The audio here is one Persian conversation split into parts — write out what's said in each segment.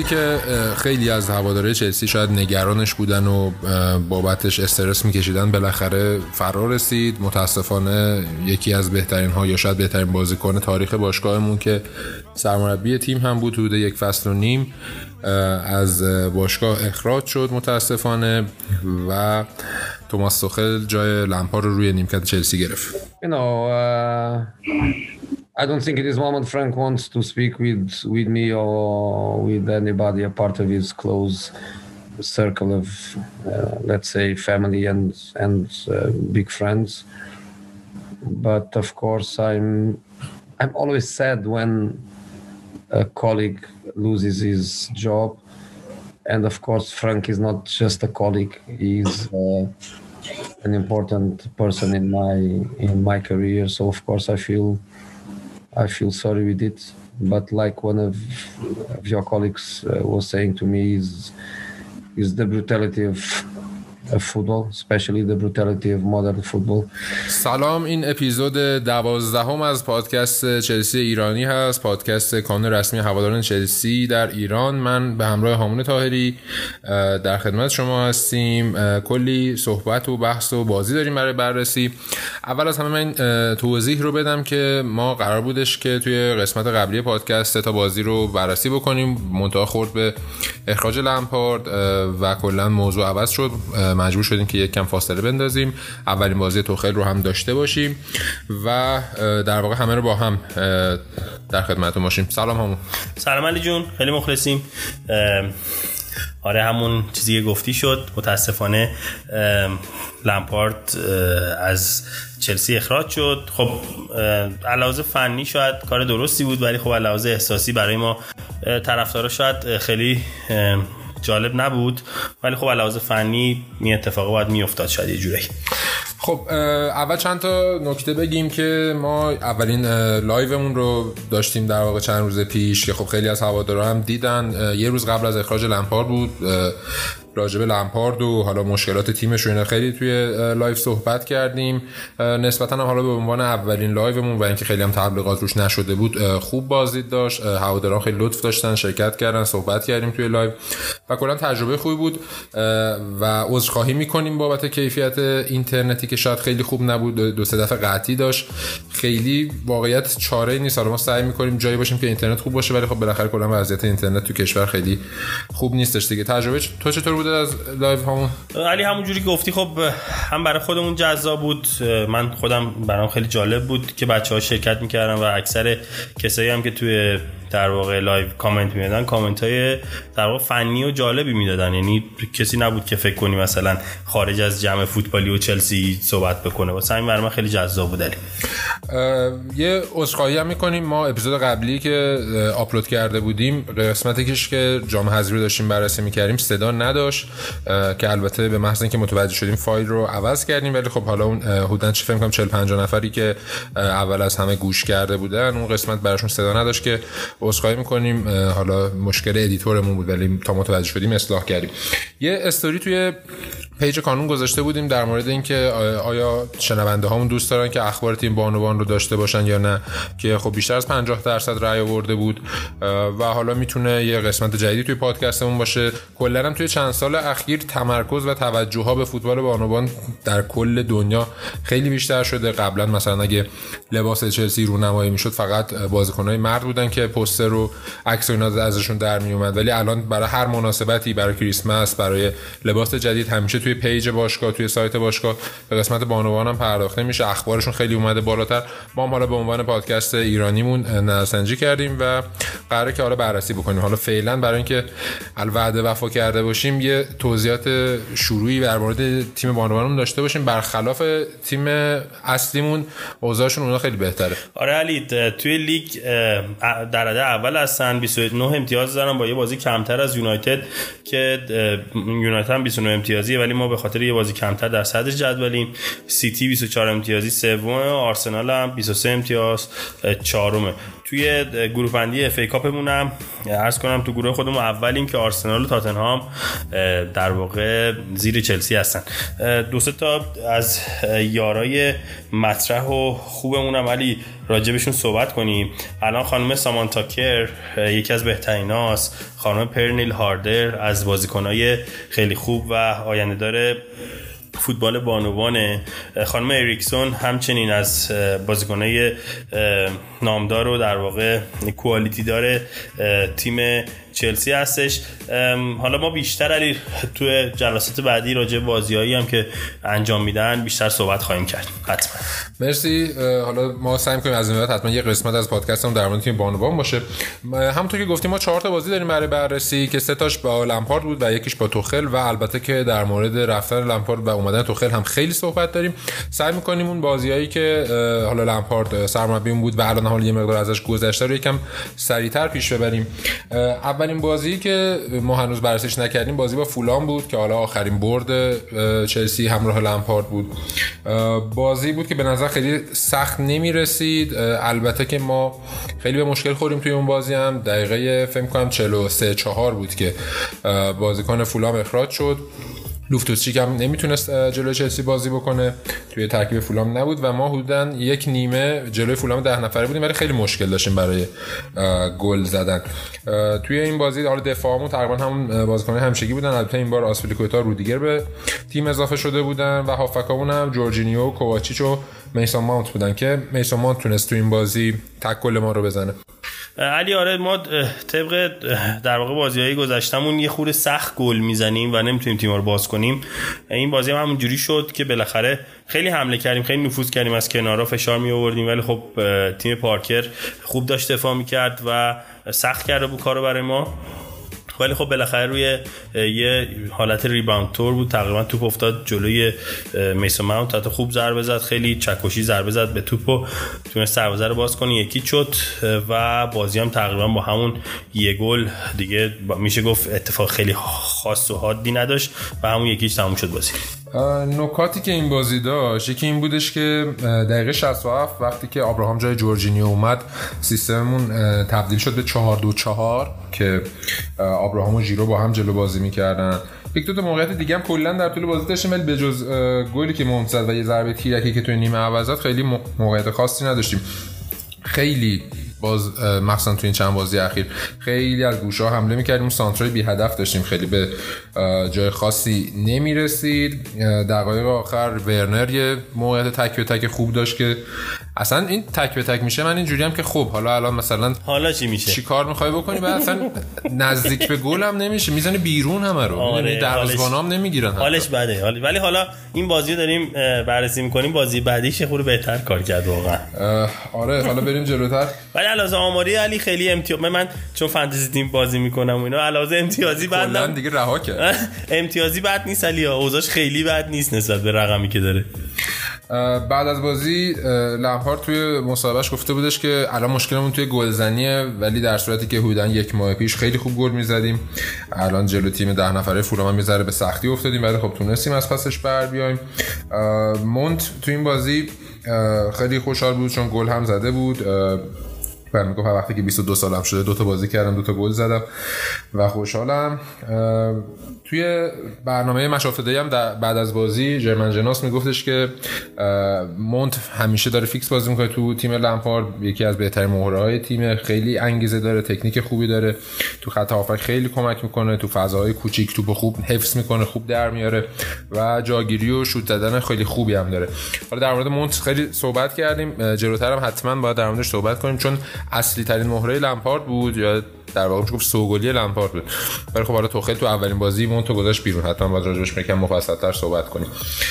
که خیلی از هوادارهای چلسی شاید نگرانش بودن و بابتش استرس میکشیدن بالاخره فرا رسید. متاسفانه یکی از بهترین ها یا شاید بهترین بازیکن تاریخ باشگاهمون که سرمربی تیم هم بود حدود 1.5 فصل از باشگاه اخراج شد متاسفانه و توماس توخل جای لمپارد رو روی نیمکت چلسی گرفت. I don't think at this moment Frank wants to speak with me or with anybody a part of his close circle of let's say family and big friends. But of course I'm always sad when a colleague loses his job, and of course Frank is not just a colleague, he's an important person in my career, so of course I feel sorry with it, but like one of your colleagues was saying to me, is the brutality of football, especially the brutality of modern football. سلام، این اپیزود 12 از پادکست چلسی ایرانی هست، پادکست کانون رسمی هواداران چلسی در ایران. من به همراه هامون طاهری در خدمت شما هستیم. کلی صحبت و بحث و بازی داریم برای بررسی. اول از همه من توضیح رو بدم که ما قرار بودش که توی قسمت قبلی پادکست 3 تا بازی رو بررسی بکنیم، منتها خورد به اخراج لمپارد و کلا موضوع عوض شد، مجبور شدیم که یک کم فاصله بندازیم، اولین بازی توخل رو هم داشته باشیم و در واقع همه رو با هم در خدمتتون باشیم. سلام همون. سلام علی جون، خیلی مخلصیم. آره همون چیزی که گفتی شد، متاسفانه لمپارد از چلسی اخراج شد. خب علاوه فنی شاید کار درستی بود، ولی خب علاوه احساسی برای ما طرفدارا شاید خیلی جالب نبود، ولی خب علاوه فنی این اتفاق باید میافتاد شاید یه جوری. خب اول چند تا نکته بگیم که ما اولین لایومون رو داشتیم در واقع چند روز پیش که خب خیلی از هوادارا هم دیدن. یه روز قبل از اخراج لمپارد بود، راجب لمپارد و حالا مشکلات تیمش و اینا خیلی توی لایو صحبت کردیم. نسبتاً هم حالا به عنوان اولین لایومون و اینکه خیلی هم تبلیغات روش نشده بود خوب بازی داشت، هواداران خیلی لطف داشتن، شرکت کردن، صحبت کردیم توی لایو و کلا تجربه خوبی بود و عذرخواهی می‌کنیم بابت کیفیت اینترنتی که شاید خیلی خوب نبود، 2-3 دفعه قطعی داشت. خیلی واقعیت چاره‌ای نیست، حالا ما سعی می‌کنیم جایی باشیم که اینترنت خوب باشه، ولی خب بالاخره کلا وضعیت اینترنت تو کشور خیلی خوب نیستش دیگه. تجربه تو چطور بود از لایو همون؟ علی همونجوری که گفتی خب هم برای خودمون جذاب بود، من خودم برام خیلی جالب بود که بچه‌ها شرکت می‌کردن و اکثر کسایی هم که توی در واقع لایو کامنت میدادن کامنت‌های در واقع فنی و جالبی میدادن، یعنی کسی نبود که فکر کنی مثلا خارج از جمع فوتبالی و چلسی صحبت بکنه. واسه همین برام خیلی جذاب بود. یه عذرخواهی هم می‌کنیم، ما اپیزود قبلی که آپلود کرده بودیم قسمتیش که جام حذفی رو داشتیم بررسی می‌کردیم صدا نداشت که البته به محض اینکه متوجه شدیم فایل رو عوض کردیم، ولی خب حالا اون حدوداً چه فکر کنم 40-50 نفری که اول از همه گوش کرده بودن اون قسمت براشون صدا نداشت که عذرخواهی می‌کنیم. حالا مشکل ادیتورمون بود ولی تا متوجه شدیم اصلاح کردیم. یه استوری توی پیج کانون گذاشته بودیم در مورد اینکه آیا شنونده هامون دوست دارن که اخبار تیم بانوان رو داشته باشن یا نه، که خب بیشتر از 50% رأی آورده بود و حالا میتونه یه قسمت جدیدی توی پادکستمون باشه. کلا هم توی چند سال اخیر تمرکز و توجه ها به فوتبال بانوان در کل دنیا خیلی بیشتر شده. قبلا مثلا اگه لباس چلسی رونمایی میشد فقط بازیکن‌های مرد بودن که پوستر و عکس و اینا ازشون در می اومد، ولی الان برای هر مناسبتی، برای کریسمس، برای لباس جدید همیشه توی پیج باشگاه، توی سایت باشگاه به قسمت بانوان هم پرداخته میشه. اخبارشون خیلی اومده بالاتر. ما هم حالا به عنوان پادکست ایرانیمون نظرسنجی کردیم و قراره که حالا بررسی بکنیم. حالا فعلا برای اینکه الوعده وفا کرده باشیم یه توضیحات شروعی در مورد تیم بانوانمون داشته باشیم. برخلاف تیم اصلیمون اوضاعشون اونها خیلی بهتره. آره علی، توی لیگ در رده اول هستن، 29 امتیاز دارن با یه بازی کمتر از یونایتد که یونایتد هم 29 امتیازیه ولی ما به خاطر یه بازی کمتر در صدر جدولیم. سیتی 24 امتیازی سومه، آرسنال هم 23 امتیاز چهارمه. توی گروه بندی اف ای کاپمون هم عرض کنم تو گروه خودمون اولیم که آرسنال و تاتنهام در واقع زیر چلسی هستن. 2-3 تا از یارای مطرح و خوبمون هم ولی راجبشون صحبت کنیم. الان خانم سامانتا کر یکی از بهتریناست، خانم پرنیل هاردر از بازیکنای خیلی خوب و آینده داره فوتبال بانوانه، خانم اریکسون همچنین از بازیکنای نامدار و در واقع کوالیتی داره تیم چلسی هستش. حالا ما بیشتر علی تو جلسات بعدی راجع به بازیایی هم که انجام میدن بیشتر صحبت خواهیم کرد. حتما مرسی. حالا ما سعی می‌کنیم از این بعد حتما یه قسمت از پادکستم در مورد تیم بانوان باشه. همونطور که گفتیم ما 4 تا بازی داریم برای بررسی که 3 تاش با لمپارد بود و یکیش با توخل و البته که در مورد رفتن لمپارد و اومدن توخل هم خیلی صحبت داریم. سعی می‌کنیم اون بازیایی که حالا لمپارد سرمربیمون بود و الان حالا یه مقدار ازش گذشته رو یکم سریعتر پیش ببریم. اولین بازی که ما هنوز بررسیش نکردیم بازی با فولام بود که حالا آخرین برد چلسی همراه لمپارد بود. بازی بود که به نظر خیلی سخت نمی‌رسید، البته که ما خیلی به مشکل خوردیم توی اون بازی هم. دقیقه فکر کنم 43-4 بود که بازیکن فولام اخراج شد. لوفتوسچیک هم نمیتونست جلوی چلسی بازی بکنه، توی ترکیب فولام نبود و ما حدوداً یک نیمه جلوی فولام 10 نفره بودیم ولی خیلی مشکل داشتیم برای گل زدن. توی این بازی حالا دفاعمون تقریبا همون بازیکن‌های همیشگی بودن، البته این بار آسپلیکوئتا رودیگر به تیم اضافه شده بودن و هافکامون هم جورجینیو، کوواچیچ و میسون ماونت بودن که میسون ماونت تونست تو این بازی تک گل ما رو بزنه. علی آره ما طبق در واقع بازی‌های گذشتمون یه خورده سخت گل میزنیم و نمیتونیم تیم رو باز کنیم. این بازی هم همونجوری شد که بالاخره خیلی حمله کردیم، خیلی نفوذ کردیم، از کنارا فشار می آوردیم ولی خب تیم پارکر خوب داشت دفاع میکرد و سخت کرده بود کارو برای ما. ولی خب بالاخره روی یه حالت ریباوند تور بود، تقریبا توپ افتاد جلوی میسون ماونت، تا خوب ضربه زد، خیلی چکشی ضربه زد به توپ و تونست دروازه رو باز کنه، یکی شد و بازی هم تقریبا با همون یه گل دیگه میشه گفت اتفاق خیلی خاص و حادی نداشت و همون یکیش تموم شد بازی. نکاتی که این بازی داشت یکی این بودش که دقیقه 67 وقتی که ابراهام جای جورجینیو اومد سیستممون تبدیل شد به 4-2-4 که ابراهام و ژیرو با هم جلو بازی میکردن. یک دو تا موقعیت دیگه هم کلا در طول بازی داشتیم ولی به جز گلی که مونت زد و یه ضربه تیرکی که توی نیمه اول زد خیلی موقعیت خاصی نداشتیم. خیلی باز مخصوصا تو این چند بازی اخیر خیلی از گوشه‌ها حمله می‌کردیم، سانترای بی هدف داشتیم، خیلی به جای خاصی نمی‌رسید. دقایق آخر ورنر یه موقعیت تک به تک خوب داشت که اصلا این تک به تک میشه. من اینجوریام که خب حالا الان مثلا حالا چی میشه، چی کار می‌خوای بکنی؟ بعد اصلا نزدیک به گل هم نمیشه، میزنه بیرون همه رو. آره دروازه‌بانا هم نمیگیرن حالش بده. ولی حالا این بازی رو داریم بررسی می‌کنیم، بازی بعدیش خود بهتر کار کرد واقعا. آره حالا بریم جلوتر. ولی علاوه آماری علی خیلی من چون فانتزی تیم بازی میکنم و اینا علاوه امتیازی بعد دیگه رها کرد. امتیازی بد نیست علی، اوضاعش خیلی بد نیست نسبت به رقمی که داره. بعد از بازی لمپارد توی مصاحبهش گفته بودش که الان مشکلمون توی گلزنیه، ولی در صورتی که حدوداً یک ماه پیش خیلی خوب گل میزدیم، الان جلو تیم 10 نفره فولام میذاره به سختی افتادیم ولی خب تونستیم از پسش بر بیایم. مونت توی این بازی خیلی خوشحال بود چون گل هم زده بود. من میگم وقتی که 22 سالم شده 2 تا بازی کردم 2 تا گل زدم و خوشحالم. توی برنامه مچ اف دی هم بعد از بازی جرمن جناس میگفتش که مونت همیشه داره فیکس بازی میکنه تو تیم لمپارد، یکی از بهترین مهره‌های تیم، خیلی انگیزه داره، تکنیک خوبی داره، تو خط هافک خیلی کمک میکنه، تو فضاهای کوچیک توپ خوب حفظ میکنه، خوب در میاره و جاگیری و شوت زدن خیلی خوبی هم داره. حالا در مورد مونت خیلی صحبت کردیم، جلوتر هم حتما باید در موردش صحبت کنیم چون اصلی ترین مهره لمپارد بود یا در واقع میشه گفت سوگلی لمپارد بود. ولی خب حالا توخل تو اولین بازی مونتو گذاشت بیرون، حتما باید راجعش یکم مفصل‌تر صحبت کنیم.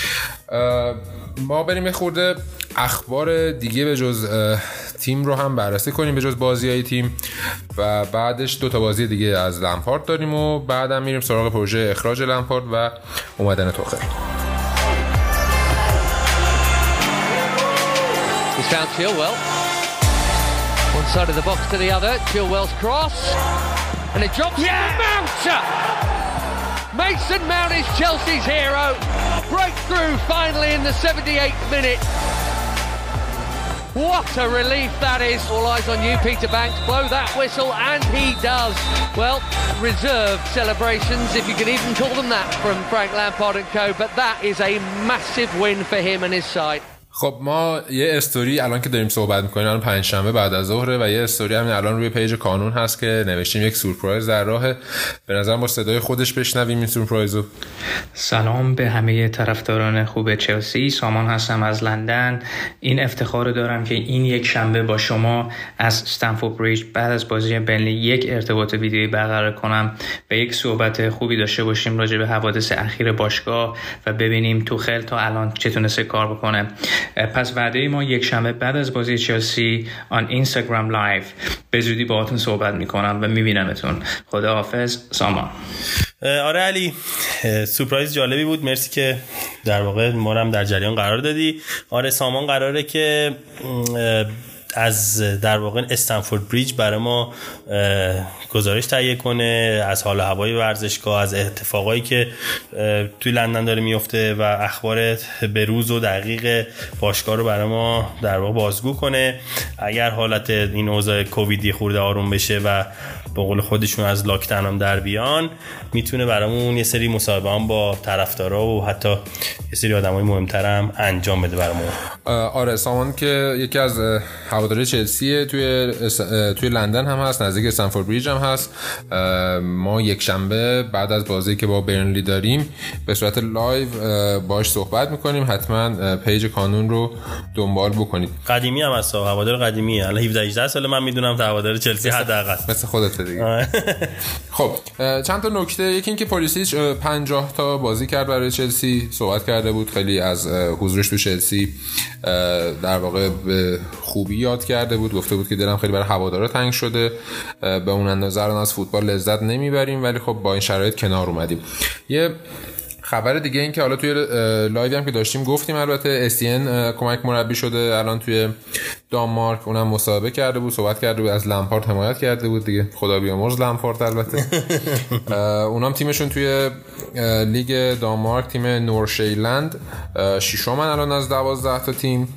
ما بریم یه خورده اخبار دیگه به جز تیم رو هم بررسی کنیم، به جز بازی‌های تیم و بعدش 2 تا بازی دیگه از لمپارد داریم و بعدم میریم سراغ پروژه اخراج لمپارد و اومدن توخل. One side of the box to the other, Chilwell's cross, and it drops to Mount! Mason Mount is Chelsea's hero. Breakthrough finally in the 78th minute. What a relief that is. All eyes on you, Peter Banks. Blow that whistle, and he does. Well, reserved celebrations, if you can even call them that, from Frank Lampard and co, but that is a massive win for him and his side. خب ما یه استوری الان که داریم صحبت میکنیم الان پنجشنبه بعد از ظهره و یه استوری همین الان روی پیج کانون هست که نوشتیم یک سورپرایز در راهه. به نظرم با صدای خودش بشنویم این سورپرایزو. سلام به همه طرفداران خوب چلسی، سامان هستم از لندن. این افتخار دارم که این یک شنبه با شما از استنفورد بریج بعد از بازی بنلی یک ارتباط ویدیویی برقرار کنم و یک صحبت خوبی داشته باشیم راجع به حوادث اخیر باشگاه و ببینیم توخل تا الان چه تونسته کار بکنه. پس وعده ما یک شنبه بعد از بازی چلسی آن اینستاگرام لایو به زودی باهاتون صحبت میکنم و میبینمتون. خداحافظ. سامان. آره علی، سورپرایز جالبی بود، مرسی که در واقع ما رو هم در جریان قرار دادی. آره سامان قراره که از در واقع استنفورد بریج برای ما گزارش تهیه کنه از حال و هوای ورزشگاه، از اتفاقایی که توی لندن داره میفته و اخبار بروز و دقیق باشگاه رو برای ما در واقع بازگو کنه. اگر حالت این اوضاع کوویدی خورده آروم بشه و به قول خودشون از لاکداون هم در بیان، میتونه برامون یه سری مصاحبه هم با طرفدارا و حتی یه سری آدمای مهمتر هم انجام بده برامون. آره سامان که یکی از هواداری چلسیه توی لندن هم هست، نزدیک استنفورد بریج هم هست. ما یک شنبه بعد از بازی که با برنلی داریم به صورت لایو باهاش صحبت میکنیم. حتما پیج کانون رو دنبال بکنید. قدیمی هم هست، هوادار قدیمیه، الان 17 ساله من میدونم هوادار چلسی حداقل مثل خودت دیگه. خب چند تا نکته، یکی این که پولیسیچ 50 تا بازی کرد برای چلسی، صحبت کرده بود خیلی از حضورش تو چلسی در واقع به خوبی یاد کرده بود، گفته بود که دلم خیلی برای هوادارا تنگ شده، به اون اندازه از فوتبال لذت نمیبریم ولی خب با این شرایط کنار اومدیم. یه خبر دیگه این که حالا توی لایو هم که داشتیم گفتیم البته استین کمک مربی شده الان توی دانمارک، اونم مصاحبه کرده بود، صحبت کرده بود، از لمپارد حمایت کرده بود دیگه، خدا بیامرز لمپارد البته. اونام تیمشون توی لیگ دانمارک تیم نورشیلند ششمن الان از 12 تا تیم.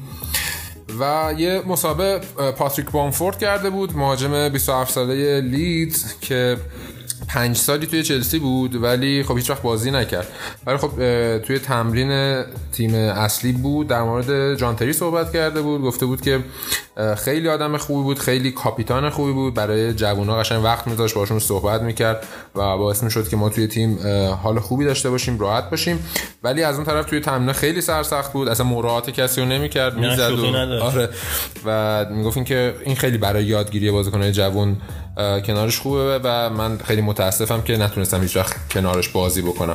و یه مصاحبه پاتریک بامفورد کرده بود، مهاجم 27 ساله لیدز که 5 سالی توی چلسی بود ولی خب هیچ وقت بازی نکرد، ولی خب توی تمرین تیم اصلی بود. در مورد جان تری صحبت کرده بود، گفته بود که خیلی آدم خوبی بود، خیلی کاپیتان خوبی بود، برای جوونا قشنگ وقت می‌ذاشت، باشون صحبت می‌کرد و باعث می‌شد که ما توی تیم حال خوبی داشته باشیم، راحت باشیم. ولی از اون طرف توی تمرین خیلی سرسخت بود، اصلا مراعات کسی رو نمی‌کرد، می‌زد آره و میگفتین که این خیلی برای یادگیری بازیکن‌های جوون کنارش خوبه و من خیلی متاسفم که نتونستم هیچ وقت کنارش بازی بکنم.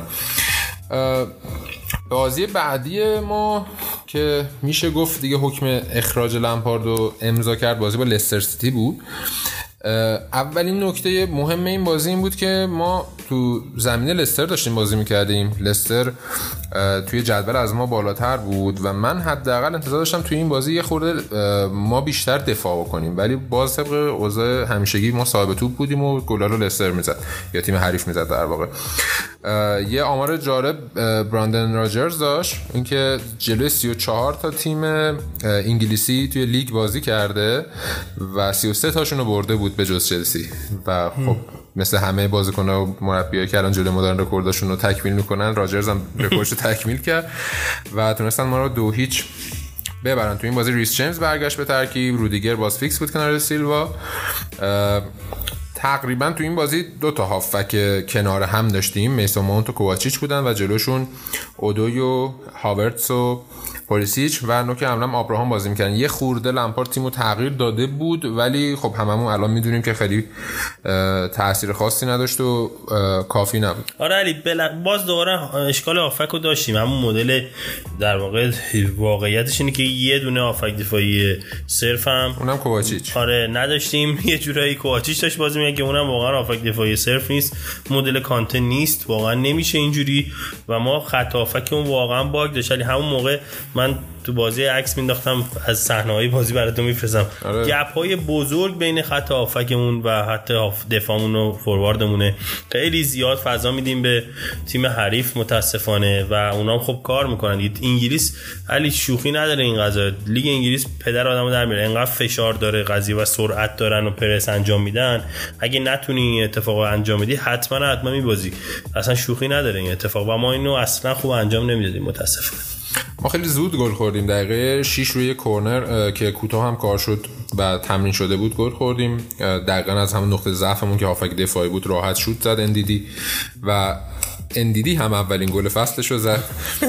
بازی بعدی ما که میشه گفت دیگه حکم اخراج لمپارد رو امضا کرد، بازی با لستر سیتی بود. اولین نکته مهم این بازی این بود که ما تو زمین لستر داشتیم بازی میکردیم. لستر توی جدول از ما بالاتر بود و من حداقل انتظار داشتم توی این بازی یه خورده ما بیشتر دفاع بکنیم، ولی باز طبق اوضاع همیشگی ما صاحب توپ بودیم و گلا رو لستر میزد یا تیم حریف میزد. در واقع یه آمار جالب براندن راجرز داشت، اینکه جلوی 34 تا تیم انگلیسی توی لیگ بازی کرده و 33 تاشون رو برده بود به جز چلسی. و خب مثل همه بازیکن‌ها و مربیایی که الان جلوی ما دارن رکورداشون رو تکمیل میکنن، راجرز هم رکوردش رو تکمیل کرد و تونستن ما رو 2-0 ببرن. تو این بازی ریس جیمز برگشت به ترکیب، رودیگر باز فیکس بود کنار سیلوا. تقریبا تو این بازی 2 تا هافک کنار هم داشتیم، میسون ماونت و کوواچیچ بودن و جلوشون اودوی و هاورتس و پولیسیچ و نوک حمله‌ام آبراهام بازی می‌کردن. یه خورده لمپارد تیمو تغییر داده بود ولی خب هممون الان میدونیم که خیلی تأثیر خاصی نداشت و کافی نبود. آره علی، باز دوباره اشکال هافک رو داشتیم، همون مدل در واقع واقعیتش اینه که یه دونه هافک دفاعی صرف هم اونم کوواچیچ آره نداشتیم. یه جورایی کوواچیچ داشت بازی می‌کرد که اونم واقعا هافک دفاعی صرف نیست، مدل کانته نیست، واقعا نمیشه اینجوری و ما خط هافکمون واقعا باگ داشت. ولی همون موقع من تو بازی عکس مینداختم از صحنه‌های بازی براتون میفرستم. آره. گپ‌های بزرگ بین خط هافکمون و حتی دفاعمون و فورواردمونه، خیلی زیاد فضا میدیم به تیم حریف متاسفانه و اونا هم خب کار میکنن. انگلیس علی شوخی نداره این قضا، لیگ انگلیس پدر آدمو در میاره، انقدر فشار داره قضیه و سرعت دارن و پرس انجام میدن. اگه نتونی این اتفاقو انجام بدی حتما میبازی، اصلا شوخی نداره این اتفاق و ما اینو اصلا خوب انجام نمیدادیم متاسفانه. ما خیلی زود گل خوردیم، دقیقه 6 روی کورنر که کوتاه هم کار شد و تمرین شده بود گل خوردیم. دقیقاً از همون نقطه ضعفمون که هافک دفاعی بود راحت شوت زد اندیدی و اندیدی هم اولین گل فصلش رو زد.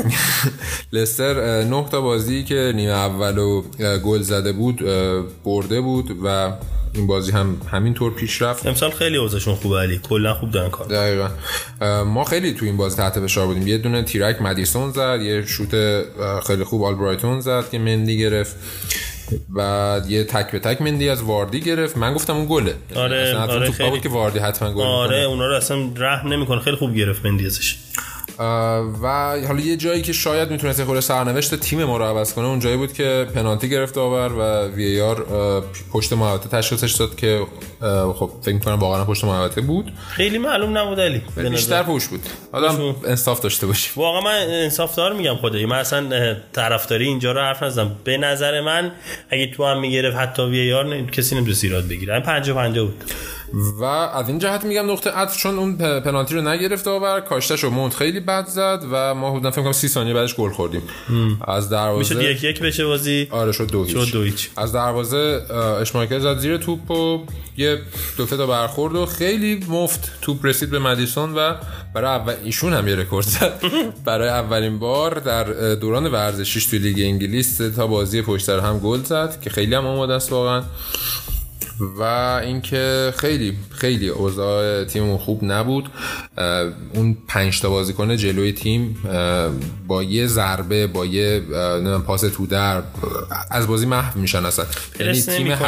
لستر 9 تا بازی که نیمه اولو گل زده بود برده بود و این بازی هم همینطور پیش رفت. امسال خیلی اوضاعشون خوبه، علی کلا خوب دارن کار. دقیقاً ما خیلی تو این بازی تحت فشار بودیم. یه دونه تیرک مدیسون زد، یه شوت خیلی خوب آلبرایتون زد که مندی گرفت، بعد یه تک به تک مندی از واردی گرفت. من گفتم اون گله. آره خیلی بود که واردی حتما گل آره میکنه. اونا رو اصلا رحم نمیکنه، خیلی خوب گرفت مندی ازش. و حالا یه جایی که شاید میتونست خود سرنوشت تیم ما رو عوض کنه اون جایی بود که پنالتی گرفت داور و وی آر پشت محوطه تشخیصش داد که خب فکر می‌کنم واقعا پشت محوطه بود. خیلی معلوم نبود علی، بیشتر پشت بود. آدم انصاف داشته باشیم. واقعا من انصاف دار میگم خدایی، من اصلا طرفداری اینجا رو حرف نزدم. به نظر من اگه تو هم میگرفت حتی وی آر کسی نمی‌تونه ایراد بگیره. 50-50 بود. و از این جهت میگم نقطه عطف، چون اون پنالتی رو نگرفت داور، کاشته‌شو موند خیلی بد زد و ما حدودا فکر کنم 30 ثانیه بعدش گل خوردیم. از دروازه میشد 1-1 بشه بازی. آره شد 2-0. از دروازه اشمایکل زد زیر توپ و یه دو تا برخورد و خیلی مفت توپ رسید به مدیسون و برای ایشون هم یه رکورد زد. برای اولین بار در دوران ورزشیش توی لیگ انگلیس تا بازی پشت سر هم گل زد که خیلی هم آماده است واقعا. و اینکه خیلی اوضاع تیممون خوب نبود. اون 5 تا بازیکن جلوی تیم با یه ضربه، با یه پاس تو در از بازی محو میشن اصلا. یعنی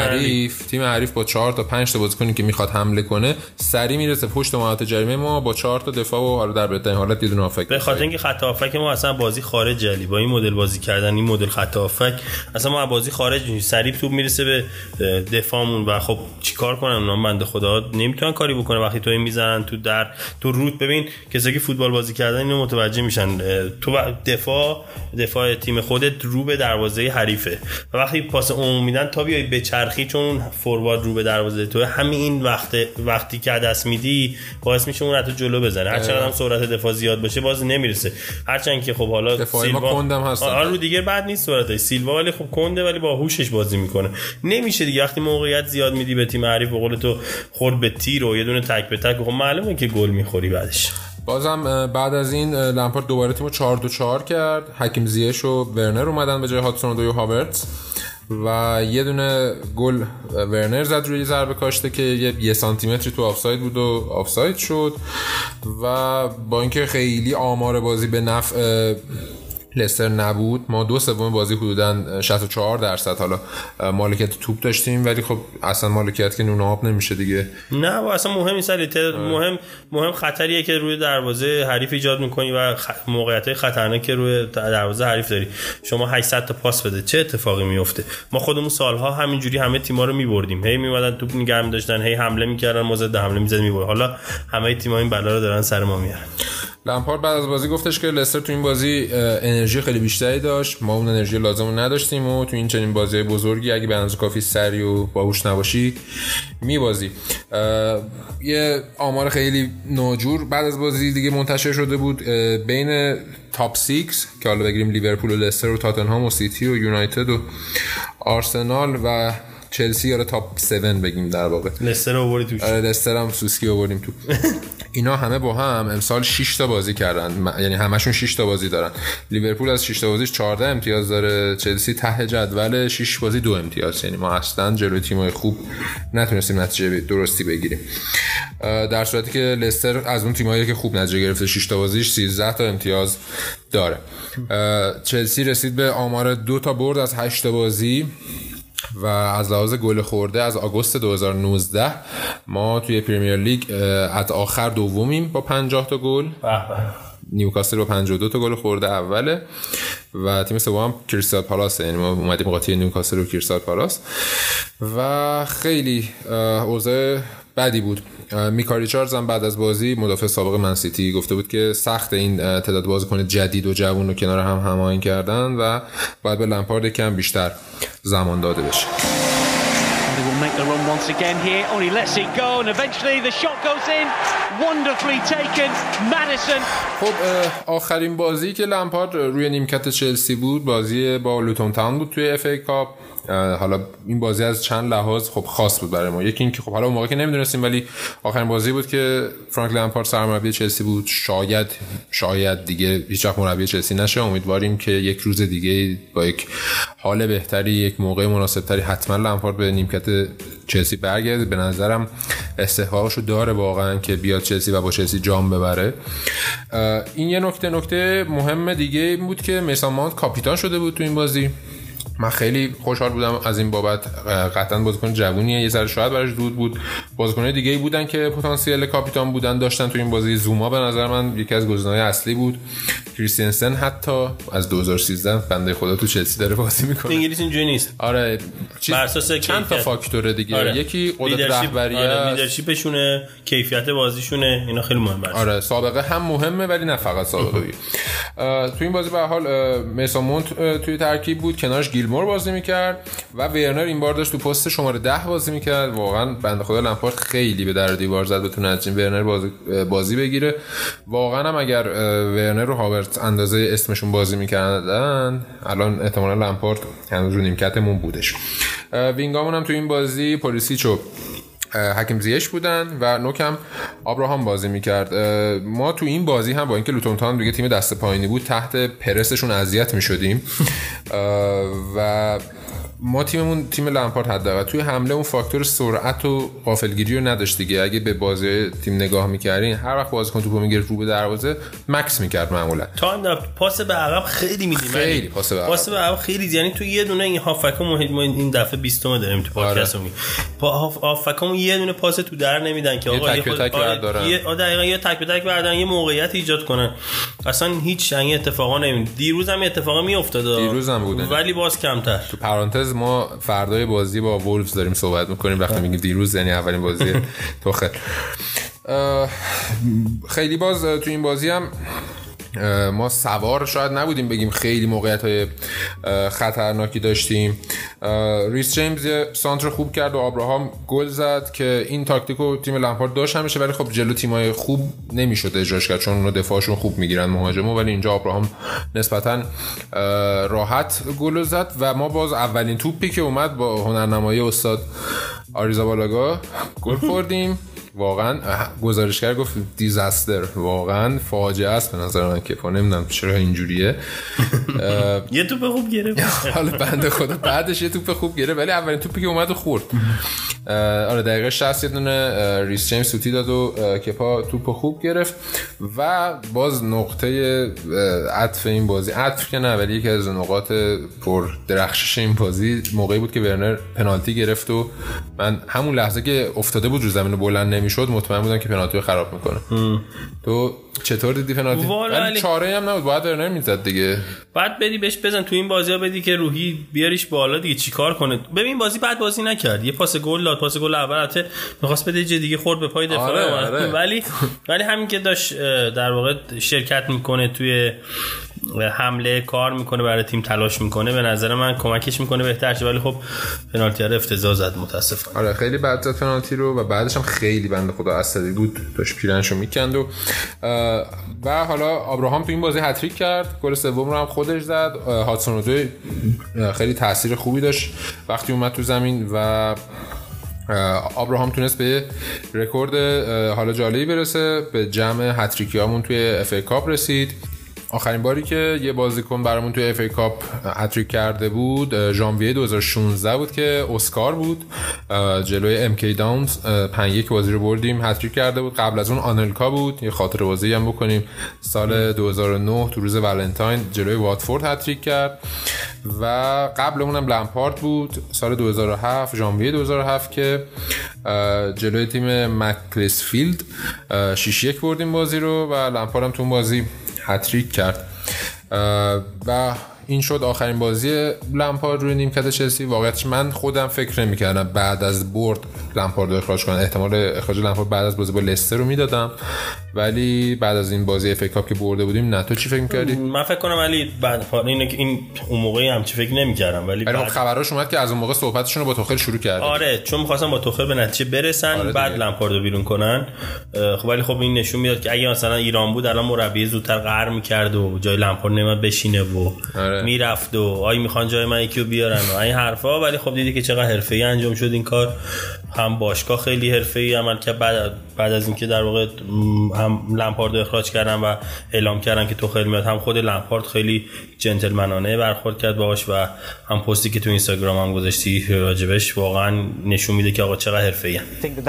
تیم حریف با 4 تا 5 تا بازیکنی که میخواد حمله کنه سری میرسه پشت محوطه جریمه ما با 4 تا دفاع و حالا در بهترین حالت یه دونه هافک. به خاطر اینکه خط هافک ما اصلا بازی خارج علی، با این مدل بازی کردن، این مدل خط هافک اصلا ما بازی خارج میشیم، سری توپ میرسه به دفاعمون و خب چیکار کنن اونا؟ بنده خدا نمیتونن کاری بکنه وقتی تو این میزنن تو روت. ببین کسایی که فوتبال بازی کردن اینو متوجه میشن، تو دفاع تیم خودت رو به دروازه حریفه و وقتی پاس عمومی میدن تا بیای به چرخی، چون فوروارد رو به دروازه تو، همین وقتی که دست میدی باعث میشه اون رو جلو بزنه. هرچند هم سرعت دفاع زیاد باشه باز نمیرسه، هرچند که خب حالا سیلوا کندم هست. آره رو دیگه بد نیست سرعتش سیلوا، ولی خب کنده ولی با هوشش بازی میکنه. نمیشه دیگه وقتی موقعیت زیاد میدی به تیم حریف، به قول تو خورد به تیر و یه دونه تک به تک، خب معلومه که گل میخوری بعدش. بازم بعد از این لمپارد دوباره تیمو 4-2-4 کرد. حکیم زیش و ورنر اومدن به جای هاتسون و هاورتز و یه دونه گل ورنر زد روی ضربه کاشته که یه سانتی متری تو آفساید بود و آفساید شد. و با اینکه خیلی آمار بازی به نفع لستر نبود، ما 2/3 بازی حدوداً 64% حالا مالکیت توپ داشتیم، ولی خب اصلا مالکیت که نون آب نمیشه دیگه. نه اصلا مهم نیست، مهم خطریه که روی دروازه حریف ایجاد میکنی و موقعیت‌های خطرناکی که روی دروازه حریف داری. شما 800 تا پاس بده چه اتفاقی میفته؟ ما خودمون سالها همینجوری همه تیم‌ها رو می‌بردیم، هی میومدن توپ نگه می‌داشتن، هی حمله می‌کردن، ما ضد حمله می‌زدیم می‌برد. حالا همه تیم‌ها این بلا رو دارن سر ما میارن. لمپارد بعد از بازی گفتش که لستر تو این بازی انرژی خیلی بیشتری داشت، ما اون انرژی لازم رو نداشتیم و تو این چنین بازی بزرگی اگه به اندازه کافی سری و باهوش نباشی میبازی. یه آمار خیلی ناجور بعد از بازی دیگه منتشر شده بود بین تاپ 6 که حالا بگیریم لیورپول و لستر و تاتنهام و سیتی و یونایتد و آرسنال و چلسی، یا تاپ 7 بگیم در واقع. لستر رو آوردی توش. آره لستر هم سوسکی آوردیم تو. اینا همه با هم امسال 6 تا بازی کردن، یعنی همشون 6 تا بازی دارن. لیورپول از 6 تا بازیش 14 امتیاز داره، چلسی ته جدول 6 بازی 2 امتیاز. یعنی ما اصلا جلوی تیم‌های خوب نتونستیم نتیجه درستی بگیریم، در صورتی که لستر از اون تیمایی که خوب نتیجه گرفته 6 تا بازیش 13 تا امتیاز داره. چلسی رسید به آمار 2 تا برد از 8 تا بازی و از لحاظ گل خورده از آگوست 2019 ما توی پریمیر لیگ از آخر دومیم با 50 تا گل. نیوکاسل با 52 تا گل خورده اوله و تیم سوم هم کریستال پالاس، یعنی ما اومدیم قاطی نیوکاسل و کریستال پالاس و خیلی اوضاع بدی بود. میکا ریچاردز هم بعد از بازی، مدافع سابق منسیتی، گفته بود که سخت این تعداد بازیکن جدید و جوان رو کنار هم هماهنگ کردن و باید به لمپارد کم بیشتر زمان داده بشه. make the run once again here. Only lets it go and eventually the shot goes in. Wonderfully taken. Madison. خب آخرین بازی که لمپارد روی نیمکت چلسی بود بازی با لوتون تاون بود توی اف ای کاپ. حالا این بازی از چند لحاظ خب خاص بود برای ما. یکی این که خب حالا اون موقع که نمیدونستیم ولی آخرین بازی بود که فرانک لمپارد سرمربی چلسی بود. شاید دیگه هیچ وقت مربی چلسی نشه. امیدواریم که یک روز دیگه با یک حال بهتری، یک موقع مناسبتری حتما لمپارد به نیمکت چلسی برگرده. به نظرم استحقاقشو داره واقعا که بیاد چلسی و با چلسی جام ببره. این یه نکته مهم دیگه این بود که میسن ماونت کاپیتان شده بود تو این بازی. من خیلی خوشحال بودم از این بابت. قطعا بازیکن جوونیه، یه ذره شاید براش دود بود. بازیکن‌های دیگه‌ای بودن که پتانسیل کاپیتان بودن داشتن تو این بازی. زوما به نظر من یکی از گزینه‌های اصلی بود. کریستنسن حتی از 2013 بنده خدا تو چلسی داره بازی میکنه. انگلیس اینجوری نیست. آره بر اساس چند تا فاکتور دیگه. آره. یکی قدرت رهبریه، لیدرشپشونه، کیفیت بازیشونه، اینا خیلی مهمه. آره سابقه هم مهمه ولی نه فقط سابقه. تو این بازی به هر حال میسن ماونت توی ترکیب بود، کنارش گیلمور بازی میکرد و ورنر این بار داشت تو پست شماره 10 بازی میکرد. واقعا بنده خدا لمپارد خیلی به در دیوار زد بتونه از این ورنر بازی بگیره. واقعا هم اگر ورنر و هاورت اندازه اسمشون بازی میکردن الان احتمالاً لمپارد هنوز رو نیمکتمون بودش. وینگامون هم تو این بازی پولیسیچ و حکیم زیش بودن و نوکم آبراهام بازی میکرد. ما تو این بازی هم با اینکه لوتون تاون دیگه تیم دست پایینی بود تحت پرسشون اذیت میشدیم و ما تیم لمپارد حداقل توی حمله اون فاکتور سرعت و غافلگیری رو نداشت دیگه. اگه به بازی تیم نگاه می‌کردین هر وقت بازیکن توپو می‌گرفت رو به دروازه مکس می‌کرد معمولا. تا پاس به عقب خیلی میدیم. خیلی پاس به عقب خیلی، یعنی تو یه دونه این هافکامون این دفعه 20 داریم تو پادکستمون. هافکامون یه دونه پاس تو در نمیدن که آقا دقیقاً یه تک به تک بردارن، یه موقعیت ایجاد کنن. اصلا هیچ این اتفاقا نمیاد. دیروز هم اتفاقا میافتاد. دیروز هم بود ولی باز کمتر. تو پرانتز ما فردای بازی با وولفز داریم صحبت میکنیم. وقتی میگیم دیروز یعنی اولین بازی توخل. خیلی باز تو این بازی هم ما سوار شاید نبودیم بگیم خیلی موقعیت‌های خطرناکی داشتیم. ریس جیمز یه سانتر خوب کرد و آبراهام گل زد که این تاکتیکو تیم لمپارد داشت همیشه، ولی خب جلو تیم‌های خوب نمیشد اجراش کرد چون اونا دفاعشون خوب میگیرن مهاجمو، ولی اینجا آبراهام نسبتاً راحت گل زد و ما باز اولین توپی که اومد با هنرنمایی استاد آریزابالاگا گل خوردیم. واقعا گزارشگر گفت دیزاستر، واقعا فاجعه است به نظر من. که نمیدونم چرا اینجوریه. یه توپ خوب گرفت. حالا بنده خدا بعدش یه توپ خوب گرفت ولی اولین توپی که اومد و خورد. آره دقیقه 60 یه دونه ریس جیمز سوتی داد و کپا توپ خوب گرفت. و باز نقطه عطف این بازی، عطف که نه ولی یکی از نقاط پر درخشش این بازی موقعی بود که ورنر پنالتی گرفت و من همون لحظه که افتاده بود رو زمین بلند نمیشد مطمئن بودم که پنالتی رو خراب میکنه. تو چطور دیدی پنالتی؟ ولی چاره‌ای هم نبود، باید ورنر میزد دیگه. بعد بدی بهش بزن تو این بازی‌ها، بدی که روحی بیاریش بالا دیگه چیکار کنه. ببین بازی بعد بازی نکرد، یه پاس گل داد، پاس گل اول البته می‌خواست بده یه دیگه خورد به پای دفاع. آره. ولی همین که داشت در واقع شرکت میکنه توی حمله، کار میکنه برای تیم، تلاش میکنه، به نظر من کمکش میکنه بهتر شه. ولی خب پنالتی رو افتضاح زد متاسفانه. آره خیلی بد زد پنالتی رو و بعدش هم خیلی بنده خدا عصبی بود، داشت پیرنشو میکند و حالا آبراهام تو این بازی هتریک کرد، گل سوم رو هم خودش زد. هاتسون اودوی خیلی تاثیر خوبی داشت وقتی اومد تو زمین و آبراهام تونست به رکورد حالا جالبی برسه، به جمع هتریکیامون توی اف ای کاپ رسید. آخرین باری که یه بازیکن برامون توی اف ای کاپ هتریک کرده بود ژانویه 2016 بود که اسکار بود، جلوی ام کی داونز 5-1 بازی رو بردیم، هتریک کرده بود. قبل از اون آنلکا بود، یه خاطر بازی هم بکنیم، سال 2009 تو روز ولنتاین جلوی واتفورد هتریک کرد و قبل اونم لمپارد بود سال 2007 ژانویه 2007 که جلوی تیم مکلسفیلد 6-1 بردیم بازی رو و لمپارد هم تو اون بازی هتریک کرد و این شد آخرین بازی لمپارد روی نیمکت چلسی. واقعیتش من خودم فکر نمی‌کردم بعد از برد لمپارد رو اخراج کنن. احتمال اخراج لمپارد بعد از بازی با لستر رو میدادم ولی بعد از این بازی اف ای کاپ که برده بودیم نه. تو چی فکر می‌کردی؟ من فکر کنم ولی بعد این اون موقعی هم چی فکر نمی‌کردم ولی بعد خبراش اومد که از اون موقع صحبتشون رو با توخل شروع کردن. آره چون می‌خواستن با توخل به نتیجه برسن بعد لمپاردو بیرون کنن. خب ولی خب این نشون میداد که اگه مثلا ایران بود الان مربی زودتر قهر می‌کرد و جای لمپارد نمیاد بشینه و میرفت و آی میخوان جای من یکیو بیارن و این حرفا. ولی خب دیدی که چقدر حرفه‌ای انجام شد این کار. هم باشگاه خیلی حرفه‌ای عمل کرد بعد از اینکه در واقع هم لمپارد رو اخراج کردن و اعلام کردن که توخل میاد، هم خود لمپارد خیلی جنتلمنانه برخورد کرد باهاش و هم پستی که تو اینستاگرام هم گذاشتی راجبش واقعا نشون میده که آقا چقدر حرفه‌ای.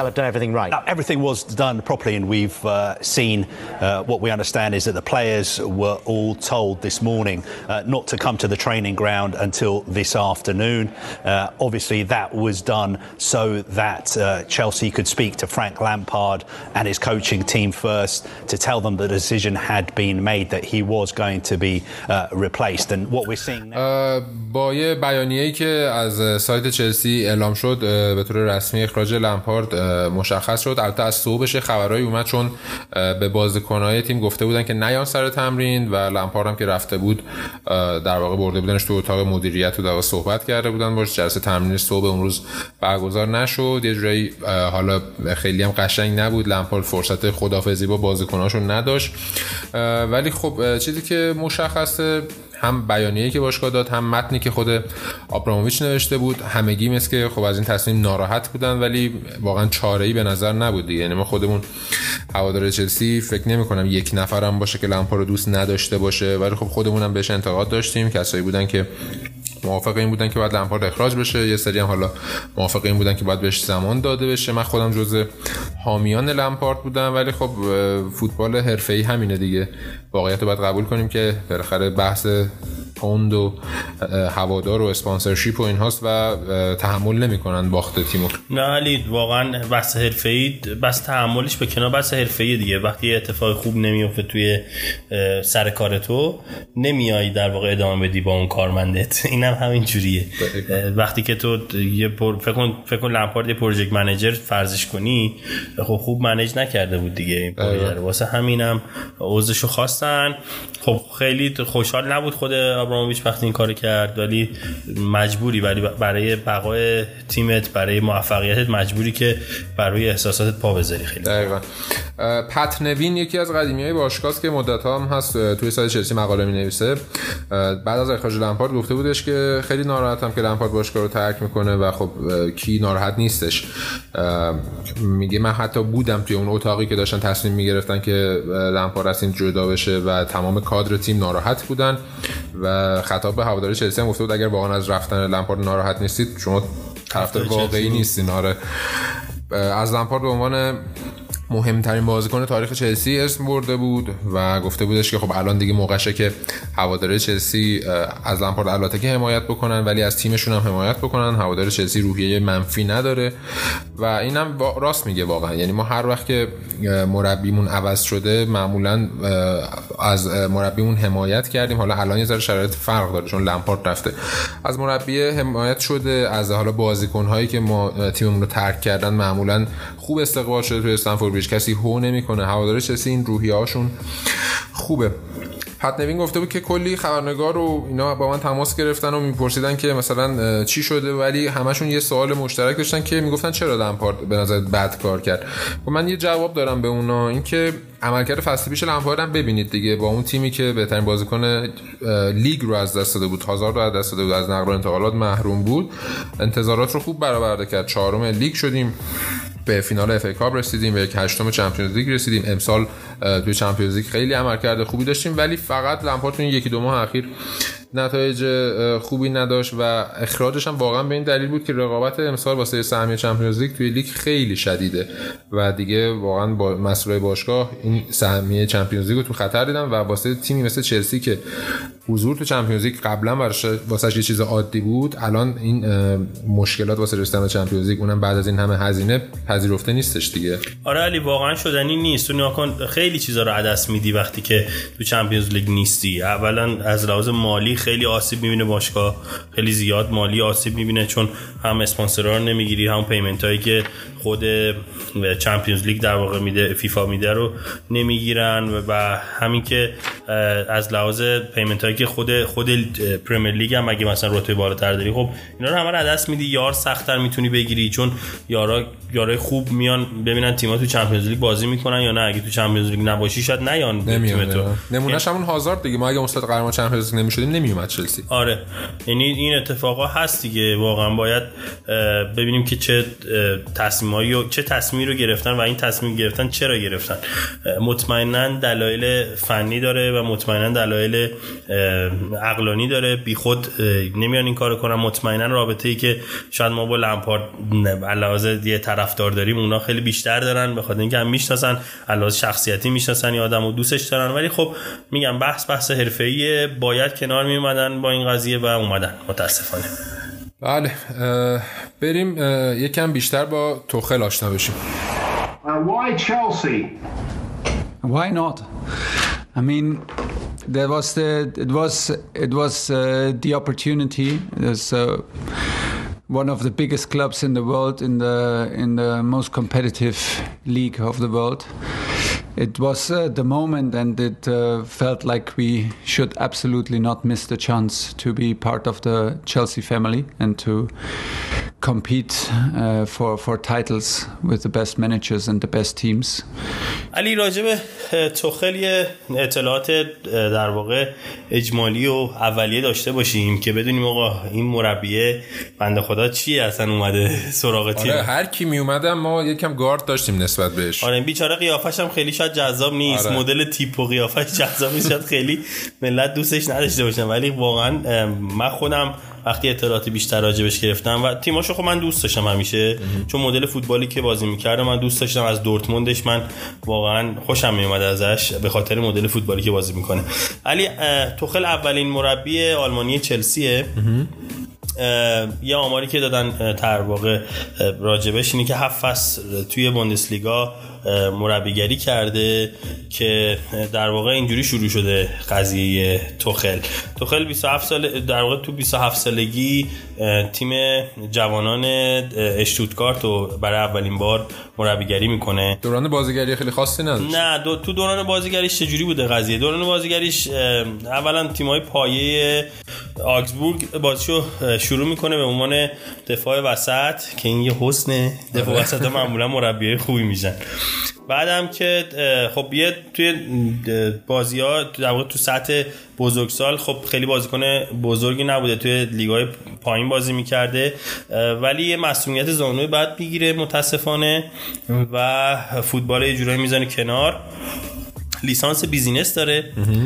Everything was done properly and we've seen what we understand is that the players were all told this morning not to come to the training ground until this afternoon. Obviously that was done so that Chelsea could speak to Frank Lampard and his coaching team first to tell them the decision had been made that he was going to be replaced. And what we're seeing now با یه بیانیه‌ای که از سایت چلسی اعلام شد به طور رسمی اخراج لمپارد مشخص شد. البته از صبحش خبرایی اومد چون به بازیکن‌های تیم گفته بودن که نیان سر تمرین و لمپارد هم که رفته بود در واقع برده بودنش تو اتاق مدیریت و در واقع صحبت کرده بودن باش. جلسه تمرین صبح اون روز برگزار نشد. یه جوری حالا خیلی هم قشنگ نبود. لمپارد فرصت خداحافظی با بازیکناشو نداشت. ولی خب چیزی که مشخصه هم بیانیه‌ای که باشگاه داد هم متنی که خود آبراموویچ نوشته بود همگی مثل که خب از این تصمیم ناراحت بودن ولی واقعا چاره‌ای به نظر نبود دیگه. یعنی ما خودمون هوادار چلسی فکر نمی‌کنم یک نفرم باشه که لمپارد رو دوست نداشته باشه ولی خب خودمون هم بهش انتقاد داشتیم. کسایی بودن که موافق این بودن که باید لمپارد اخراج بشه، یه سری هم حالا موافق این بودن که باید بهش زمان داده بشه. من خودم جزء حامیان لمپارد بودم ولی خب فوتبال حرفه‌ای همینه دیگه. واقعیت رو باید قبول کنیم که بالاخره بحث پوند و هوادار و اسپانسرشیپ و اینهاست و تحمل نمی‌کنن باخت تیمو. نه علی واقعا بحث حرفه‌ای بس تحملش به کنار بحث حرفه‌ای دیگه. وقتی اتفاق خوب نمیفته توی سر کار تو نمیای در واقع ادامه بدی با اون کارمندت. اینم همین جوریه. وقتی که تو فکر کن لمپارد پروژکت منیجر فرضش کنی خب خوب منیج نکرده بود دیگه این پروژه رو. واسه همینم عذرشو خواستن. خب خیلی خوشحال نبود خود آبراموویچ وقتی این کارو کرد ولی مجبوری برای بقای تیمت برای موفقیتت مجبوری که برای احساساتت پا بذاری. خیلی دقیقاً. پت نوین یکی از قدیمیای باشگاه است که مدت‌ها هم هست توی سایت چلسی مقاله می‌نویسه. بعد از اخراج لمپارد گفته بودش که خیلی ناراحتم که لمپارد باشگاه رو ترک میکنه و خب کی ناراحت نیستش. میگه من حتی بودم توی اون اتاقی که داشتن تصمیم میگرفتن که لمپارد از تیم جدا بشه و تمام کادر تیم ناراحت بودن و خطاب به هواداری چلسی هم گفته بود اگر واقعا از رفتن لمپارد ناراحت نیستید شما طرفدار واقعی نیستین. آره از لمپارد به عنوان مهمترین بازیکن تاریخ چلسی اسم برده بود و گفته بودش که خب الان دیگه موقعشه که هواداری چلسی از لمپارد البته که حمایت بکنن ولی از تیمشون هم حمایت بکنن. هواداری چلسی روحیه منفی نداره و اینم راست میگه واقعا. یعنی ما هر وقت که مربیمون عوض شده معمولا از مربیمون حمایت کردیم. حالا الان یه ذره شرایط فرق داره چون لمپارد رفته. از مربی حمایت شده. از حالا بازیکن‌هایی که ما تیممون رو ترک کردن معمولا خوب استقبال شده توی استنفورد بریج. کسی هو نمیکنه. هواداری چلسی این روحیه‌هاشون خوبه. پت نوین گفته بود که کلی خبرنگار و اینا با من تماس گرفتن و میپرسیدن که مثلا چی شده ولی همشون یه سوال مشترک داشتن که میگفتن چرا لمپارد به نظر بد کار کرد. و من یه جواب دارم به اونا، این که عملکرد فصل پیش لمپارد هم ببینید دیگه. با اون تیمی که بهترین بازیکن لیگ رو از دست داده بود، هازارد رو از دست داده بود، از نقل و انتقالات محروم بود، انتظارات رو خوب برآورده کرد. چهارم لیگ شدیم، به فینال اف ای کاپ رسیدیم، به 8م چمپیونز لیگ رسیدیم. امسال توی چمپیونز لیگ خیلی عملکرد خوبی داشتیم ولی فقط لمپارد تو این یکی دو ماه اخیر نتایج خوبی نداشت و اخراجش هم واقعا به این دلیل بود که رقابت امسال واسه سهمیه چمپیونز لیگ توی لیگ خیلی شدیده و دیگه واقعا با مسئولای باشگاه این سهمیه چمپیونز لیگ رو تو خطر دیدن و واسه تیمی مثل چلسی که حضور تو چمپیونز لیگ قبلا واسه یه چیز عادی بود، الان این مشکلات واسه رسیدن به چمپیونز لیگ اونم بعد از این همه هزینه پذیرفته نیستش دیگه. آره علی واقعا شدنی نیست. تو نگاه کن خیلی چیزا رو عدس میدی وقتی که تو چمپیونز لیگ نیستی. اولا از لحاظ مالی خیلی آسیب میبینه باشگاه، خیلی زیاد مالی آسیب میبینه چون هم اسپانسرها رو نمیگیری، هم پیمنت هایی که خود چمپیونز لیگ در واقع میده، فیفا میده رو نمیگیرن و همین که از لحاظ پیمنت هایی که خود پرمیر لیگ هم اگه مثلا رتبه بالاتر داری خب اینا رو همه رو دست میدی، یار سخت‌تر میتونی بگیری چون یارای خوب میان ببینن تیم‌ها تو چمپیونز لیگ بازی میکنن یا نه، اگه تو چمپیونز لیگ نباشی شاید نیان تیم تو. نمونهش همون هازارد دیگه، ما اگه مستعد قهرمان چمپیونز لیگ نمیشدیم نمیومد چلسی. آره یعنی این اتفاقا هست دیگه، واقعا باید ببینیم که چه تصمیمی رو گرفتن و این تصمیم گرفتن چرا گرفتن. مطمئنا دلایل فنی داره و مطمئنا دلایل عقلانی داره، بیخود نمیان این کارو کنن. مطمئنا رابطه‌ای که شاید ما با لمپارد علاوه یه طرفدار داریم اونا خیلی بیشتر دارن، به خاطر اینکه هم میشناسن، علاوه شخصیتی میشناسن، این آدمو دوستش دارن. ولی خب میگم بحث حرفه‌ایه، باید کنار میومدن با این قضیه و اومدن متاسفانه. بله بریم یکم بیشتر با توخل آشنا بشیم. Why Chelsea? Why not? I mean, it was the opportunity. There's one of the biggest clubs in the world, in the most competitive league of the world. It was the moment, and it felt like we should absolutely not miss the chance to be part of the Chelsea family and to compete for titles with the best managers and the best teams. علی راجب توخل یه اطلاعات در واقع اجمالی و اولیه داشته باشیم که بدونیم آقا این مربیه بنده خدا چیه اصلا اومده سراغ تیم. آره هر کی می اومدم ما یکم گارد داشتیم نسبت بهش. آره بیچاره قیافش هم خیلی شاید جذاب نیست. آره. مدل تیپ و قیافش جذاب نیست، شاید خیلی ملت دوستش نداشته باشن، ولی واقعا من خودم وقتی اطلاعات بیشتر راجبش گرفتم و تیماشو خب من دوست داشتم همیشه چون مدل فوتبالی که بازی می‌کرد من دوست داشتم. از دورتموندش من واقعا خوشم میومد ازش به خاطر مدل فوتبالی که بازی میکنه. علی توخل اولین مربی آلمانی چلسیه. یه آماری که دادن در واقع راجبش اینه که 7 فصل توی بوندسلیگا مربیگری کرده که در واقع اینجوری شروع شده قضیه توخل 27 سال در واقع تو 27 سالگی تیم جوانان اشتوتگارت رو برای اولین بار مربیگری میکنه. دوران بازیگری خیلی خاصی نداشت. نه تو دوران بازیگریش چجوری بوده قضیه؟ دوران بازیگریش اولا تیم‌های پایه آگزبورگ بازیشو شروع میکنه به عنوان دفاع وسط که این یه حسنه، دفاع وسط معمولا مربیای خوبی میشن. بعدم که خب یه توی بازی‌ها در واقع تو سطح بزرگسال خب خیلی بازیکن بزرگی نبوده، توی لیگ‌های پایین بازی می‌کرده ولی یه مسئولیت زانوی بعد میگیره متاسفانه و فوتبال یه جورایی میزنه کنار. لیسانس بیزینس داره.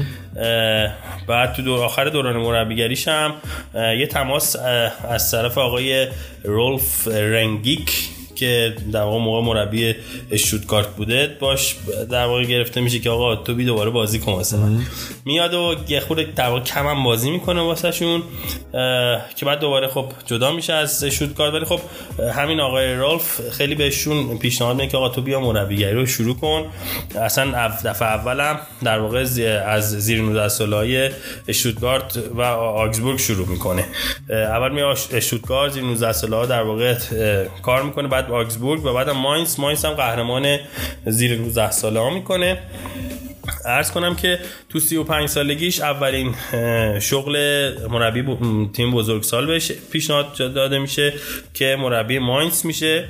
بعد تو آخر دوران مربیگریش هم یه تماس از طرف آقای رولف رنگیک که در واقع موقع مربی اشتوتگارت بوده باش در واقع گرفته میشه که آقا تو بی دوباره بازی کن واسه من. میاد و یه خورده در واقع کم هم بازی میکنه واسه شون که بعد دوباره خب جدا میشه از اشتوتگارت. ولی خب همین آقای رالف خیلی بهشون پیشنهاد میکنه که آقا تو بیا مربیگری رو شروع کن. اصلا دفعه اولم در واقع از زیر 19 ساله‌های اشتوتگارت و آگزبورگ شروع میکنه. اول میاد اشتوتگارت زیر 19 ساله‌ها در واقع کار میکنه، بعد آگزبورگ و بعد ماینز هم قهرمان زیر 19 ساله ها میکنه. عرض کنم که تو 35 سالگیش اولین شغل مربی تیم بزرگسال بهش پیشنهاد داده میشه که مربی ماینز میشه.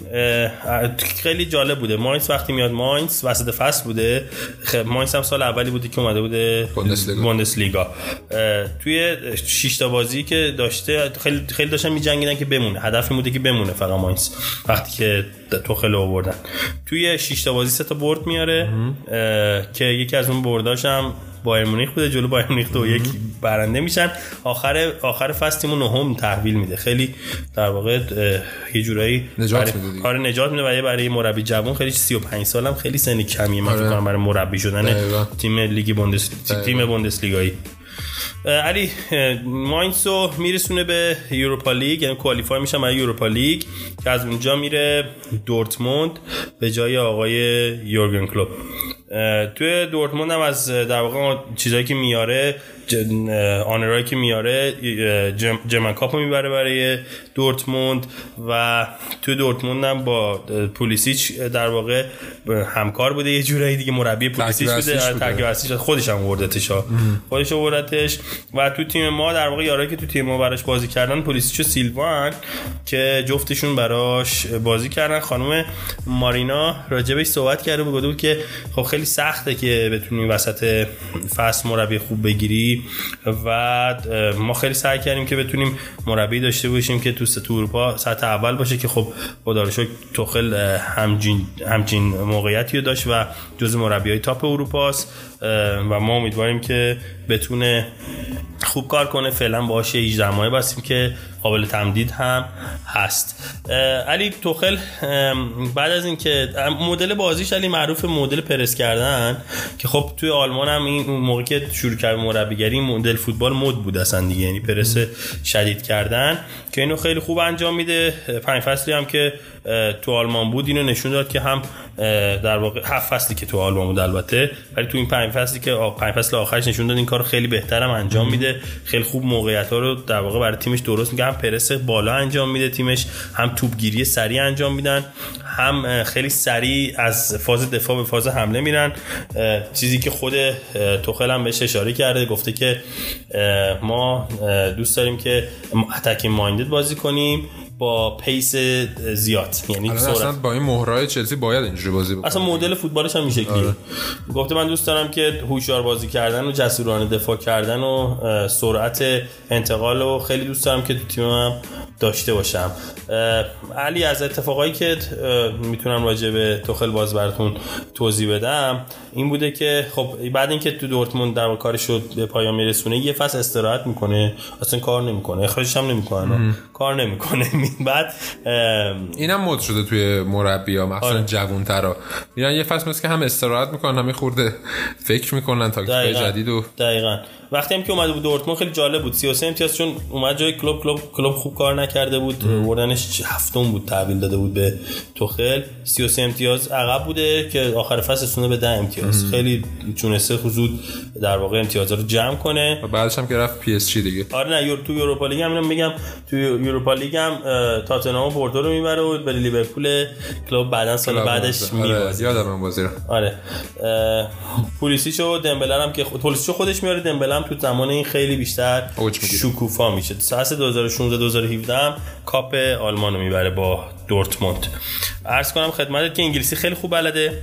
خیلی جالب بوده. ماینز وقتی میاد، ماینز وسط فصل بوده، ماینز هم سال اولی بوده که اومده بوده بوندسلیگا. توی 6 تا بازی که داشته خیلی داشتن میجنگیدن که بمونه، هدف این بوده که بمونه فقط ماینز. وقتی که توخل آوردن توی 6 تا بازی 3 تا برد میاره که یکی از اون برداش هم بایر مونیخ بوده، جلو بایر مونیخ 2-1 برنده میشن. آخر فصل تیمو نهم تحویل میده. خیلی در واقع یه جورایی نجات میده و برای مربی جوان خیلی 35 سالم خیلی سن کمیه من فکر کنم برای مربی شدن تیم لیگ بوندسلیگایی. علی ماینسو میرسونه به یوروپا لیگ، یعنی کوالیفای میشن برای یوروپا لیگ که از اونجا میره دورتموند به جای آقای یورگن کلوپ. توی دورتموند هم از در واقع چیزایی که میاره آنرایی که میاره جرمن کاپو میبره برای دورتموند و تو دورتموند هم با پولیسیچ در واقع همکار بوده، یه جورایی دیگه مربی پولیسیچ بوده، ترکیب اصلیش خودش هم آوردتش و تو تیم ما در واقع یارایی که تو تیم ما براش بازی کردن پولیسیچ و سیلوان که جفتشون براش بازی کردن. خانم مارینا راجبش صحبت کرده بود که خب خیلی سخته که بتونی وسط فصل مربی خوب بگیری و ما خیلی سعی کردیم که بتونیم مربی داشته باشیم که تو اروپا سطح اول باشه که خب خدا رو شکر توخل همچین موقعیتی رو داشت و جزو مربیای تاپ اروپاست و ما امیدواریم که بتونه خوب کار کنه. فعلا باشه 18 ماهه بستیم که قابل تمدید هم هست. علی توخل بعد از این که مدل بازیش علی معروف مدل پرس کردن که خب توی آلمان هم این موقع که شروع کرد مربیگری مدل فوتبال مد بود اصلا دیگه، یعنی پرس شدید کردن که اینو خیلی خوب انجام میده. 5 فصلی هم که تو آلمان بود اینو نشون داد که هم در واقع 7 فصلی که تو آلمان بود البته، ولی تو این 5 فصلی که 5 فصل آخرش نشون داد این کارو خیلی بهترم انجام میده، خیلی خوب موقعیت‌ها رو در واقع برای تیمش درست میگه، هم پرس بالا انجام میده تیمش، هم توپگیری سریع انجام میدن، هم خیلی سریع از فاز دفاع به فاز حمله میرن. چیزی که خود توخل هم بهش اشاره کرده، گفته که ما دوست داریم که اتکینگ مایندد بازی کنیم با پیس زیاد، یعنی اصلا با این مهرای چلسی باید اینجوری بازی بکنه، اصلا مدل فوتبالش هم این شکلیه. گفته من دوست دارم که هوشیار بازی کردن و جسورانه دفاع کردن و سرعت انتقال رو خیلی دوست دارم که تو تیمم داشته باشم. علی از اتفاقایی که میتونم راجع به توخل باز براتون توضیح بدم این بوده که خب بعد اینکه تو دورتموند در کارش رو به پایان میرسونه یه فصل استراحت میکنه، اصلا کار نمیکنه، اخراجش هم نمیکنه، کار نمیکنه. بعد اینم مد شده توی مربی‌ها مثلا جوان‌ترا میرن یه فصل مثل که هم استراحت میکنن هم خورده فکر میکنن تاکتیک جدید و دقیقاً. وقتی هم که اومده بود دورتموند خیلی جالب بود، 33 امتیاز چون اومد جای کلوب خوب کار نکرده بود، وردنش هفتم بود، تحویل داده بود به توخل، 33 امتیاز عقب بوده که آخر فصل رسونه به 10 امتیاز. خیلی تونسته حدود در واقع امتیازا رو جمع کنه و بعدش هم که رفت پی اس جی دیگه. آره نه تو اروپا لیگ هم میگم، تو اروپا لیگ هم تاتنهام و پورتو رو میبره و به لیورپول کلوب بعدن سال بعدش میوازه. یادم من بازی رو. آره پولیسیچ و دمبله هم که پولیسیچ خودش میاره، دمبله هم تو زمان این خیلی بیشتر شکوفا میشه. سال 2016 2017 هم کاپ آلمان رو میبره با دورتموند. عرض کنم خدمتت که انگلیسی خیلی خوب بلده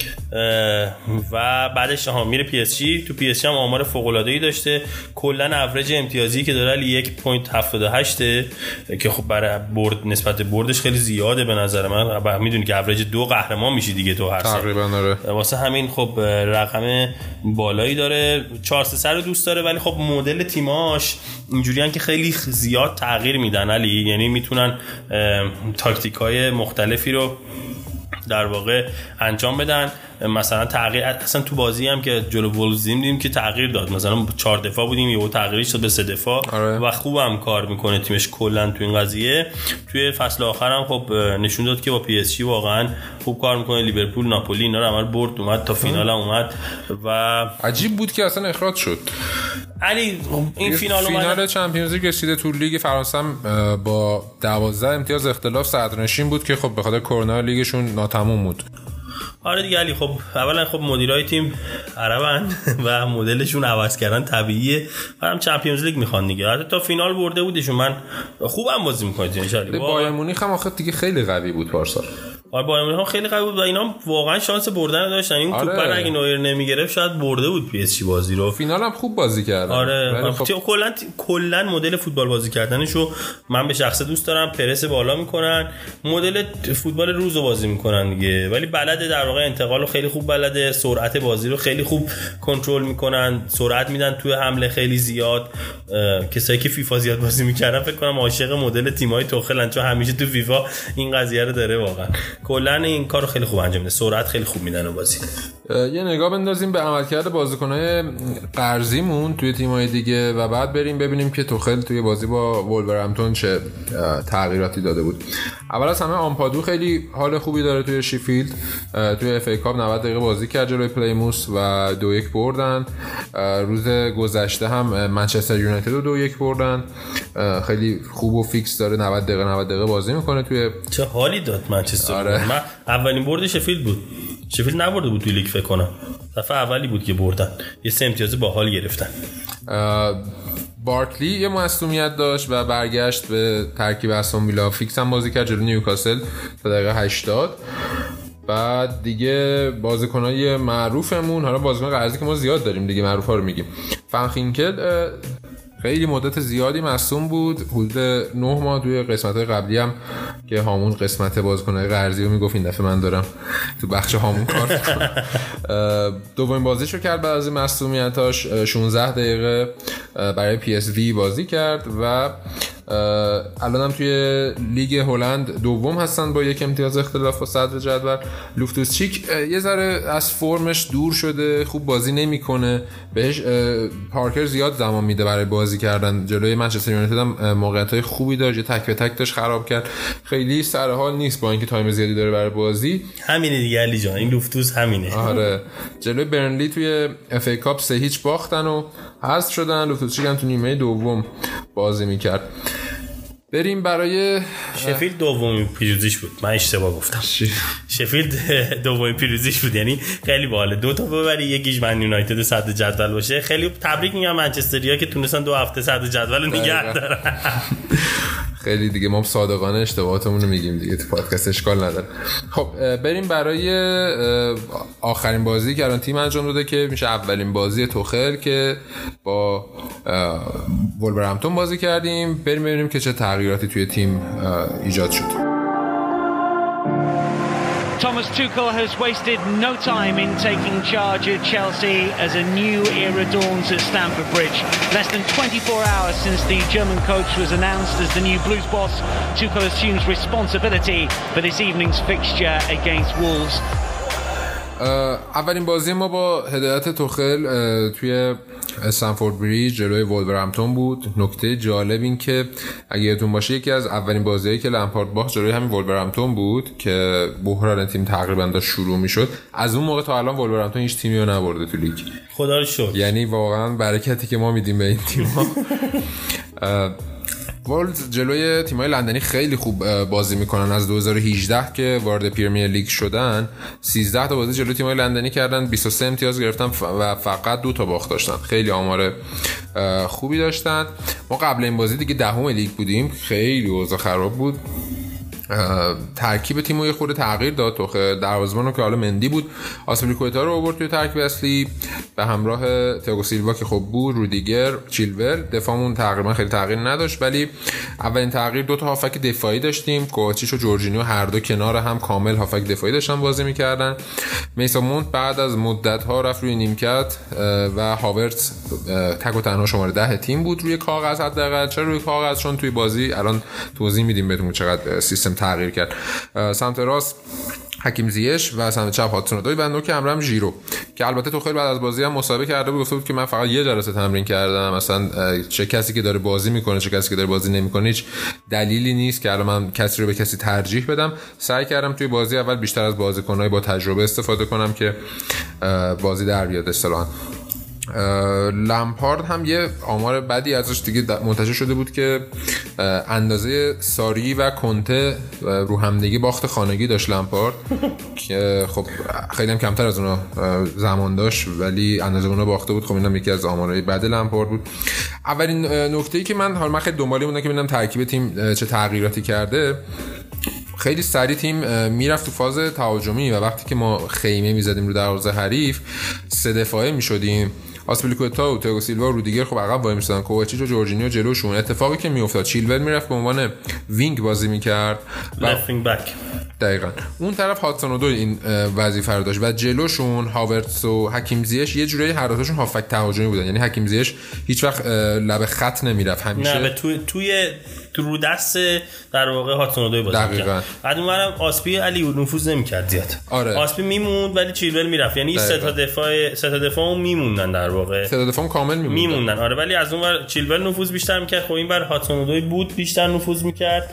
و بعدش میره پی اس جی. تو پی اس جی هم آمار فوق العاده ای داشته، کلا اوریج امتیازی که داره 1.78 که خب برای برد نسبت بردش خیلی زیاده به نظر من. میدونی که اوریج 2 قهرمان میشی دیگه تو هر سال تقریبا داره، واسه همین خب رقم بالایی داره. 4-3 رو دوست داره ولی خب مدل تیماش اینجوریان که خیلی زیاد تغییر میدن علی، یعنی میتونن تاکتیکای مختلفی رو در واقع انجام بدن. مثلا تغییر اصلا تو بازی هم که جلو وولز دیدیم که تغییر داد، مثلا 4 دفاع بودیم یهو تغییرش شد به 3 دفاع و خوبم کار میکنه تیمش کلا تو این قضیه. توی فصل آخر هم خب نشون داد که با پی اس جی واقعا خوب کار میکنه. لیورپول ناپولی اینا رو عمل برد، اومد تا فینال هم اومد و عجیب بود که اصلا اخراج شد. علی این فینال چمپیونز لیگ رسیده، تو لیگ فرانسه هم با 12 امتیاز اختلاف صدرنشین بود که خب به خاطر کرونا لیگشون ناتمام بود. آره دیگه علی خب اولا خب مدیرای تیم عربن و مدلشون عوض کردن طبیعیه و هم چمپیونز لیگ میخوان دیگه. حتی تا فینال برده بودشون، من خوبم بازی میکنه ان شاء الله. بایر مونیخ هم آخه دیگه خیلی قوی بود پارسال. آره بایر مونیخ خیلی قوی بود و اینا واقعا شانس بردن داشتن. این توپ اگه نویر نمیگرفت شاید برده بود پی اس جی بازی رو. فینال هم خوب بازی کردن. آره خب کلا مدل فوتبال بازی کردنشو من به شخصه دوست دارم. پرس بالا میکنن، مدل فوتبال روزو بازی میکنن دیگه، ولی بلده در واقع انتقالو خیلی خوب بلده، سرعت بازی رو خیلی خوب کنترل میکنن، سرعت میدن توی حمله خیلی زیاد. کسایی که فیفا زیاد بازی میکردن فکر کنم عاشق مدل تیمای توخلن، چون همیشه تو فیفا این قضیه رو داره. واقعا کلا این کارو خیلی خوب انجام میده، سرعت خیلی خوب میدن و بازی. یه نگاه بندازیم به عملکرد بازیکن‌های قرضیمون توی تیم‌های دیگه و بعد بریم ببینیم که توخل توی بازی با وولورهمپتون چه تغییراتی داده بود. اول از همه آمپادو خیلی حال خوبی داره توی شیفیلد. توی اف ای کاپ 90 دقیقه بازی کرد جلوی پلیموس و 2-1 بردن. روز گذشته هم منچستر یونایتد رو 2-1 بردن. خیلی خوب و فیکس داره 90 دقیقه بازی میکنه توی. چه حالی داد منچستر. آره. من اولین برد شفیلد بود. شفیلد نبرده بود توی لیگ فکر کنم. دفعه اولی بود که بردن. یه 3 امتیاز باحال گرفتن. بارکلی یه مصونیت داشت و برگشت به ترکیب استون ویلا. فیکس هم بازی کرد جلوی نیوکاسل تا دقیقه 80. بعد دیگه بازیکنای معروفمون، حالا بازیکن قرضی که ما زیاد داریم دیگه، معروفا رو میگیم. فنخینکل خیلی مدت زیادی مصدوم بود، حدود 9 ماه. توی قسمت‌های قبلی هم که هامون قسمت بازیکن‌های قرضی رو میگفت، این دفعه من دارم تو بخش هامون کار می‌کنم. دومین بازیشو کرد بعد از مصدومیتاش. 16 دقیقه برای پی اس وی بازی کرد و الان هم توی لیگ هلند دوم هستن با 1 امتیاز اختلاف با صدر جدول. لوفتوس-چیک یه ذره از فرمش دور شده، خوب بازی نمیکنه. بهش پارکر زیاد زمان میده برای بازی کردن. جلوی منچستر یونایتد هم موقعیت‌های خوبی داشت، تک به تک داشت خراب کرد. خیلی سر حال نیست با اینکه تایم زیادی داره برای بازی. همینه دیگه علی جان، این لوفتوس همینه. آره. جلوی برنلی توی اف ای کاپ 3-0 باختن و حذف شدن. لوفتوس-چیک هم تو نیمه دوم بازی میکرد. بریم برای شفیلد دومین پیروزیش بود. من اشتباه گفتم. شفیلد دومین پیروزیش بود، یعنی خیلی باحال. 2 تا ببری، یکیش من یونایتد صدر جدول باشه. خیلی تبریک میگم منچستریا که تونستن 2 هفته صدر جدول رو نگه دارن. خیلی دیگه ما صادقانه اشتباهاتمون رو میگیم دیگه تو پادکست، اشکال نداره. خب بریم برای آخرین بازی که الان تیم انجام داده که میشه اولین بازی توخل که با وولورهمپتون بازی کردیم. بریم ببینیم که چه تغییراتی توی تیم ایجاد شد. Thomas Tuchel has wasted no time in taking charge at Chelsea as a new era dawns at Stamford Bridge. Less than 24 hours since the German coach was announced as the new Blues boss, Tuchel assumes responsibility for this evening's fixture against Wolves. اولین بازی ما با هدایت توخل توی استنفورد بریج جلوی وولورهمپتون بود. نکته جالب این که اگه یادتون باشه یکی از اولین بازیایی که لمپارد باخت جلوی همین وولورهمپتون بود که بحران تیم تقریبا داشت شروع میشد. از اون موقع تا الان وولورهمپتون هیچ تیمی رو نبرده تو لیگ. خدا رو شکر. یعنی واقعا برکتی که ما میدیم به این تیم‌ها. وولز جلوی تیم‌های لندنی خیلی خوب بازی میکنن. از 2018 که وارد پرمیر لیگ شدن 13 تا بازی جلوی تیم‌های لندنی کردن، 23 امتیاز گرفتن و فقط 2 تا باخت داشتن. خیلی آمار خوبی داشتن. ما قبل این بازی دیگه دهم لیگ بودیم، خیلی اوضاع خراب بود. ترکیب تیمو یه خورده تغییر داد. تو دروازه‌بانو که حالا مندی بود، آسپلیکوئتا رو آورد توی ترکیب اصلی به همراه تییاگو سیلوا که خب بود، رودیگر، چیلول. دفاعمون تقریبا خیلی تغییر نداشت، ولی اولین تغییر 2 تا هافک دفاعی داشتیم. کوواچیچ و جورجینیو هر دو کنار هم کامل هافک دفاعی داشتن بازی می‌کردن. میسون مونت بعد از مدت‌ها رفت روی نیمکت و هاورتز تک و تنها شماره 10 تیم بود روی کاغذ. حداقل چرا روی کاغذ؟ چون توی بازی الان توضیح میدیم بهتون چقدر سیستم تغییر کرد. سمت راست حکیم زیش و سمت چپ هاتسون اودوی و نوک امرم ژیرو که البته توخیل بعد از بازی هم مسابقه کرده بود، گفته بود که من فقط یه جلسه تمرین کردم، مثلا چه کسی که داره بازی میکنه چه کسی که داره بازی نمیکنه هیچ دلیلی نیست که الان من کسی رو به کسی ترجیح بدم. سعی کردم توی بازی اول بیشتر از بازیکن‌های با تجربه استفاده کنم که بازی در بیاد اصطلاحاً. لمپارد هم یه آمار بدی ازش دیگه منتشر شده بود که اندازه ساری و کنته رو همدیگه باخت خانگی داشت لمپارد که خب خیلی هم کمتر از اونا زمان داشت ولی اندازه اونا باخته بود. خب اینم یکی از آمارهای بد لمپارد بود. اولین نکته‌ای که من خیلی دنبالی بودم که ببینم ترکیب تیم چه تغییراتی کرده. خیلی سریع تیم میرفت تو فاز تهاجمی و وقتی که ما خیمه میزدیم رو دروازه حریف 3 دفاعه میشدیم. آسپلیکوئتا و تییاگو سیلوا و رودیگر خب عقب وای میستادن، کوواچیچ و جورجینیو جلوشون. اتفاقی که میافتاد چیلول میرفت به عنوان وینگ بازی میکرد، لفت وینگ بک. دقیقاً اون طرف هاتسون اودوی این وظیفه رو داشت و جلوشون هاورتس و حکیم زیش یه جوری هر دوتاشون هافک تهاجمی بودن. یعنی حکیم زیش هیچ وقت لب خط نمیرفت، همیشه نه توی تو رو دست در واقع هاتسون-اودوی بازی می‌کرد. بعد اونورم آسپی علی نفوذ نمی‌کرد زیاد. آره. آسپی میموند ولی چیلول میرفت، یعنی سه تا دفاع میموندن در واقع. سه تا دفاع کامل میموندن. آره ولی از اونور چیلول نفوذ بیشتر می‌کرد. خب این بر هاتسون-اودوی بود بیشتر نفوذ می‌کرد،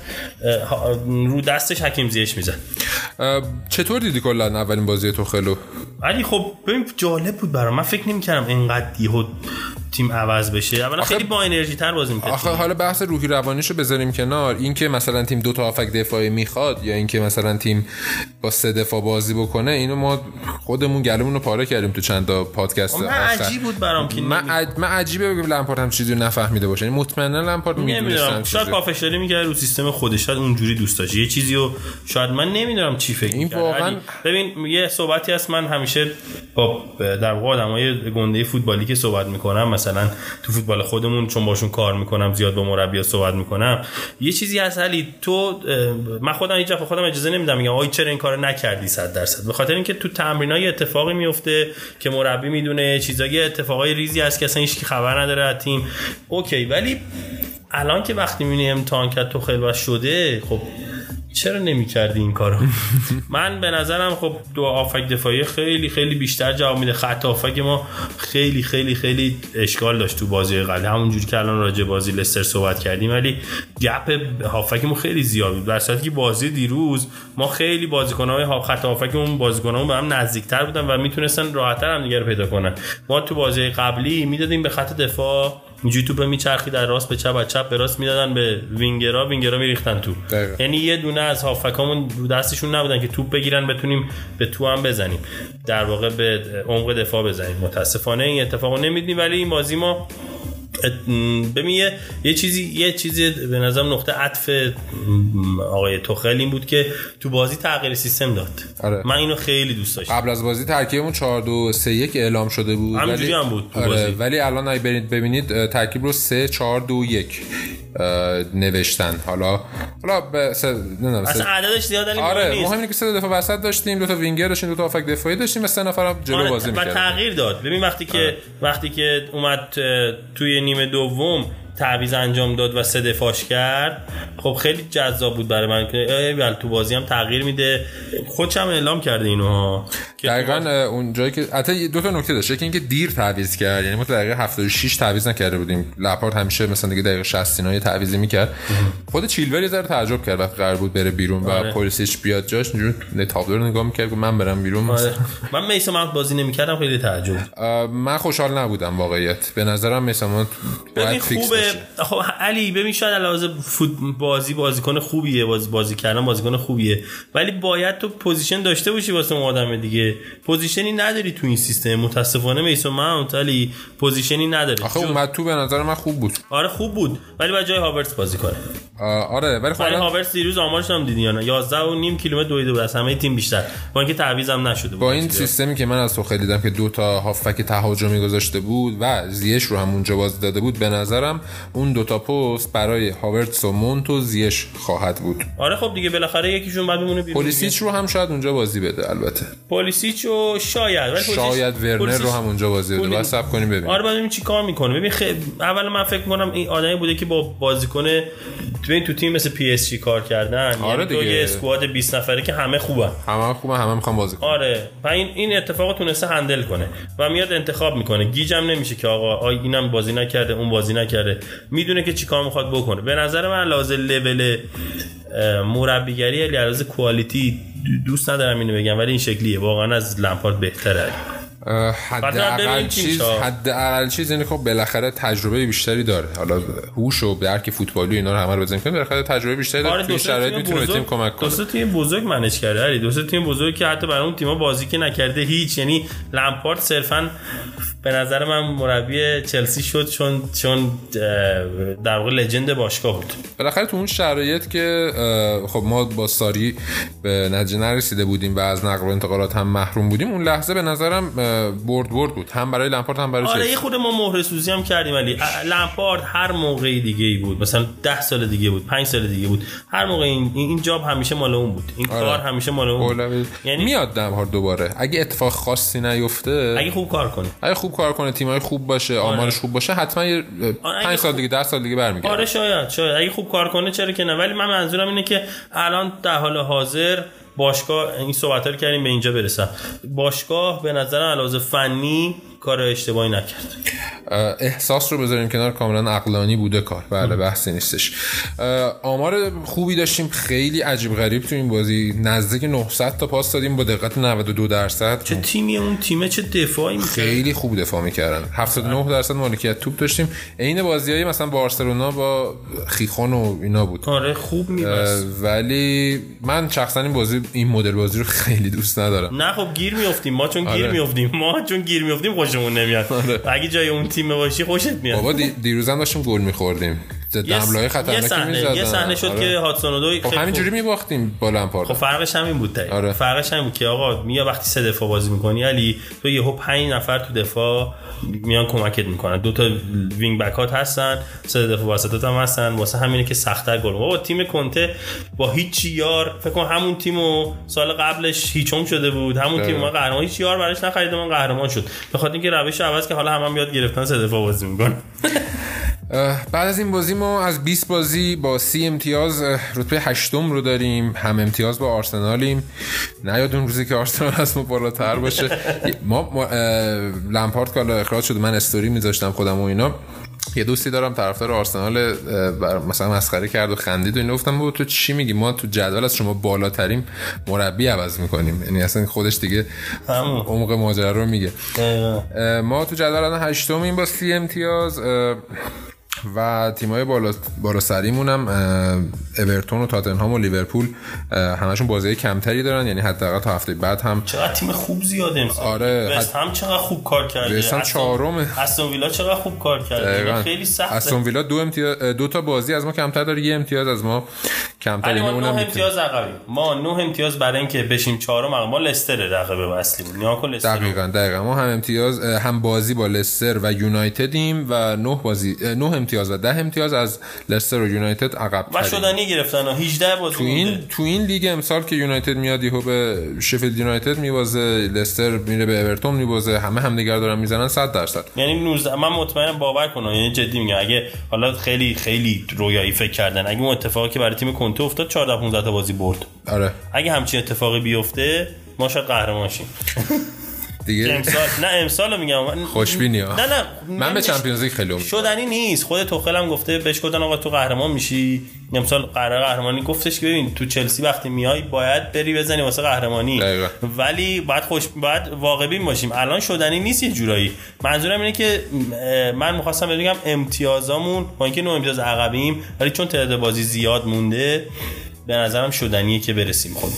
رو دستش حکیم زیش میزد. چطور دیدی کلا اولین بازی توخلو؟ علی خب ببین جالب بود برام، من فکر نمی‌کردم اینقدر یهو تیم عوض بشه. اولا خیلی با انرژی تر بازی می‌کرد. آخه حالا بحث روحی روانیشو بذاریم کنار، این که مثلا تیم دو تا هافک دفاعی میخواد یا این که مثلا تیم با سه دفاع بازی بکنه، اینو ما خودمون گلمون رو پاره کردیم تو چند تا پادکست. من عجیب بود برام که من عجیبه بگم لمپارد هم چیزی رو نفهمیده باشه. یعنی مطمئنا لمپارد میدونست شاید پافشاری می‌کرد رو سیستم خودش، شاید اونجوری دوست داشت یه چیزی رو، شاید من نمیدونم چی فکر این واقعا. ببین یه صحبتی هست، من همیشه با در واقع آدمای گنده فوتبالی که صحبت می‌کنم، مثلا تو فوتبال خودمون چون باشون کار میکنم زیاد با مربی‌ها صحبت میکنم، یه چیزی هست علی، تو من خودم هیچ وقت خودم اجازه نمیدم میگم آی چرا این کارو نکردی 100%، به خاطر اینکه تو تمرینای اتفاقی میفته که مربی میدونه چیزایی اتفاقای ریزی هست که اصلا هیچ کی خبر نداره از تیم. اوکی ولی الان که وقتی میبینی امتحان کرد تو خیلی شده، خب چرا نمی‌کردی این کارو؟ من به نظرم خب دو هافک دفاعی خیلی خیلی بیشتر جواب میده. خط هافک ما خیلی خیلی خیلی اشکال داشت تو بازی قبل، همونجوری که الان راجع بازی لستر صحبت کردیم، ولی گپ هافکمون خیلی زیاد بود. در صورتی که بازی دیروز ما خیلی بازیکن‌های خط هافکمون بازیکنامون به هم نزدیک‌تر بودن و میتونستن راحت‌تر هم دیگه رو پیدا کنن. ما تو بازی قبلی میدادیم به خط دفاع اینجوری توپ میچرخید در راست به چپ، از چپ به راست میدادن به وینگرها میریختن تو. یعنی یه دونه از هافکامون رو دستشون نبودن که توپ بگیرن بتونیم به تو هم بزنیم، در واقع به عمق دفاع بزنیم. متاسفانه این اتفاقو نمیدیم، ولی این بازی ما ببین یه چیزی به نظرم نقطه عطف آقای توخل این بود که تو بازی تغییر سیستم داد. آره. من اینو خیلی دوست داشتم. قبل از بازی ترکیبمون 4-2-3-1 اعلام شده بود، همینجوری هم بود تو آره بازی. ولی الان اگه ببینید ترکیب رو 3-4-2-1 نوشتن. حالا نمیدونم اصلا عددش زیاد نیست. آره مهم اینه که سه دفاع وسط داشتیم، دو تا وینگر داشتیم، دو تا هافک دفاعی داشتیم و سه نفرم جلو بازی می‌کردن. و تغییر داد. ببین وقتی که اومد توی نیمه دوم تعویض انجام داد و سه دفاعش کرد، خب خیلی جذاب بود برای من که تو بازی هم تغییر میده. خودش هم اعلام کرده اینو دقیقاً اون جایی که حتی دو تا نکته داشت، یکی اینکه دیر تعویض کرد، یعنی ما تو دقیقه 76 تعویض نکرده بودیم. لپارد همیشه مثلا دیگه دقیقه 60 اینا تعویضی میکرد. خود چیلول یه ذره تعجب کرد وقتی قرار بود بره بیرون و پولیسیچ بیاد جاش، اینجوری تابلو رو نگاه میکرد که من برم بیرون. من میسن ماونت بازی نمیکردم، خیلی تعجب. من خوشحال نبودم واقعیت. به نظرم میسن ماونت باید فیکس بشه. خب علی ببین شاید علاوه بازیکن خوبیه، بازی کردن بازیکن خوبیه، ولی باید تو پوزیشن داشته باشی واسه اون آدم دیگه. پوزیشنی نداری تو این سیستم. متاسفانه میسن ماونت علی پوزیشنی نداره. آخه اومد تو به نظر من خوب بود. آره خوب بود، ولی باید جای هاورتس بازی کنه. آره ولی خب هاورتس دیروز آمارش هم دیدی یا نه؟ 11.5 کیلومتر دویده بود از همه تیم بیشتر، با اینکه تعویض هم نشده بود. با این سیستمی که من از تو خیلی دیدم که دو تا هافک تهاجمی گذاشته بود و زیش رو هم اونجا بازی داده بود، به نظرم اون دو تا پست برای هاورتس و مونت و زیش خواهد بود. آره خب دیگه بالاخره یکیشون بعد بمونه بیرون. پولیسیچ رو هم شاید اونجا بازی بده، البته پولیسیچ و شاید ورنر رو هم اونجا بازی بده. بعد صبر کنیم ببینیم. آره ببینیم چی کار میکنه. ببین اول من فکر میکنم این آدمی بوده که با بازیکن تو تیم مثل پی اس جی کار کردن. آره یعنی تو یه اسکواد 20 نفره که همه خوبن، همه میخوان بازی کنن. آره و این اتفاقو تونسته هندل کنه و میاد انتخاب میکنه. گیجم نمیشه که آقا اینم بازی نکرده اون بازی نکرده، میدونه که چیکار میخواد بکنه. به نظر من لازم لول مربیگری علاوه کوالیتی دوست ندارم اینو بگم، ولی این شکلیه واقعا از لمپارد بهتره. حداقل چیز اینه که بالاخره تجربه بیشتری داره. حالا هوش و درک فوتبالی اینا رو همه رو بزنیم که بالاخره تجربه بیشتری داره. توی شرایط میتونه تیم کمک کنه. دو تیم بزرگ منیج کرده، دو تیم بزرگ که حتی برای اون تیم‌ها بازی که نکرده هیچ. یعنی لمپارد صرفاً به نظر من مربی چلسی شد چون در واقع لژند باشگاه بود. بالاخره تو اون شرایط که خب ما با ساری به نتیجه نرسیده بودیم و از نقل و انتقالات هم محروم بودیم، اون لحظه به نظرم برد بود، هم برای لمپارد هم برای چلسی. آره یه خود ما مهره سوزی هم کردیم، ولی لمپارد هر موقعی دیگه‌ای بود، مثلا 10 سال دیگه بود، 5 سال دیگه بود، هر موقع این جاب همیشه مال اون بود، این کار همیشه مال اون بود. یعنی میاد لمپارد دوباره اگه اتفاق خاصی نیفته، اگه خوب کار کنه، اگه خوب خوب کار کنه، تیمای خوب باشه، آمارش خوب باشه، حتما 5 سال دیگه 10 سال دیگه برمیگرده. آره شاید اگه خوب کار کنه چرا که نه، ولی من منظورم اینه که الان در حال حاضر باشگاه، این صحبت‌ها رو کردیم به اینجا برسم، باشگاه به نظر علاوه فنی کار اشتباهی نکرد. احساس رو بذاریم کنار، کاملا عقلانی بوده کار، بله بحثی نیستش. آمار خوبی داشتیم، خیلی عجیب غریب تو این بازی، نزدیک 900 تا پاس دادیم با دقت 92%. چه تیمی اون تیمه، چه دفاعی می‌کرد، خیلی خوب دفاع می‌کردن. 79% مالکیت توپ داشتیم، عین بازیای مثلا بارسلونا با خیخون و اینا بود. آره خوب می‌بست. ولی من شخصا این مدل بازی رو خیلی دوست ندارم. نه خب گیر میافتیم ما، چون گیر میافتیم خوشمون نمیاد. اگه جای اون تیم باشی خوشت میاد. بابا دیروز هم داشتیم گل می‌خوردیم، حمله‌های خطرناکی می‌زدن. یه صحنه شد که هاتسون خب همینجوری می‌باختیم با لامپارد. خب فرقش همین بود دیگه. آره. فرقش همین بود که آقا میا وقتی سه دفاع بازی می‌کنی علی، تو یهو 5 نفر تو دفاع میان کمکت می‌کنن، دو تا وینگ بکات هستن، سه دفاع وسطات هم هستن، واسه همینه که سخت‌تر گل. بابا تیم کنته با هیچ یار، فکر کنم همون تیمو سال قبلش هیچم شده بود، همون تیم ما قهرمان، هیچ یار براش نخرید، من قهرمان شد. به خاطر اینکه روش عوض که حالا هم یاد گرفتن سه دفاع بازی می‌کنن. بعد از این بازی ما از 20 بازی با 30 امتیاز رتبه 8 رو داریم، هم امتیاز با آرسنالیم. نیاد اون روزی که آرسنال از ما بالاتر باشه. ما لامپارد که اخراج شد، من استوری میذاشتم خودم و اینا، یه دوستی دارم طرفدار آرسنال مثلا مسخره کرد و خندید و اینو، گفتم بابا تو چی میگی، ما تو جدول از شما بالاتریم، مربی عوض میکنیم. یعنی اصلا خودش دیگه عمق ماجرا رو میگه. ما تو جدول الان 8 با 30 امتیاز و تیم‌های بالا سریمون هم اورتون و تاتنهام و لیورپول همشون بازی کمتری دارن، یعنی حداقل تا هفته بعد هم. چقدر تیم خوب زیاده امسال. آره، وست هم چقدر خوب کار کرده، وست هم 4م، استون ویلا چقدر خوب کار کرده، خیلی سخته. استون ویلا 2 تا بازی از ما کمتر داره، 1 امتیاز از ما کمتر. ما 9 امتیاز عقبیم، ما 9 امتیاز برای اینکه بشیم 4م، ما لستر رقیب اصلی بود. نیا کن لستر. دقیقاً ما هم امتیاز، هم بازی با لستر و یونایتدیم و 9 امتیاز و 10 امتیاز از لستر و یونایتد عقب و شدنی گرفتن و 18 بازی تو این لیگ امسال که یونایتد میاد یهو به شفیلد یونایتد میوازه، لستر میره به اورتون میوازه، همدیگر دارن میزنن 100%. یعنی 19 من مطمئنم باور کنم، یعنی جدی میگم، اگه حالا خیلی خیلی رویایی فکر کردن، اگه اون اتفاقی که برای تیم کنته افتاد 14 15 تا بازی برد، آره اگه همچین اتفاقی بیفته ما شاید قهرمان شیم دیگه. امسال میگم خوشبینی ها. نه من به چمپیونز لیگ خیلی امیدوارم. شدنی نیست. خود توخل هم گفته، بهش گفتن آقا تو قهرمان میشی امسال، قهرمانی گفتش که ببین تو چلسی وقتی میای باید بری بزنی واسه قهرمانی دقیقا. ولی باید واقع بین باشیم. الان شدنی نیست یه جورایی. منظورم اینه که من می‌خواستم بگم امتیازامون با اینکه 9 امتیاز عقبیم ولی چون تعداد بازی زیاد مونده به نظرم شدنیه که برسیم. خود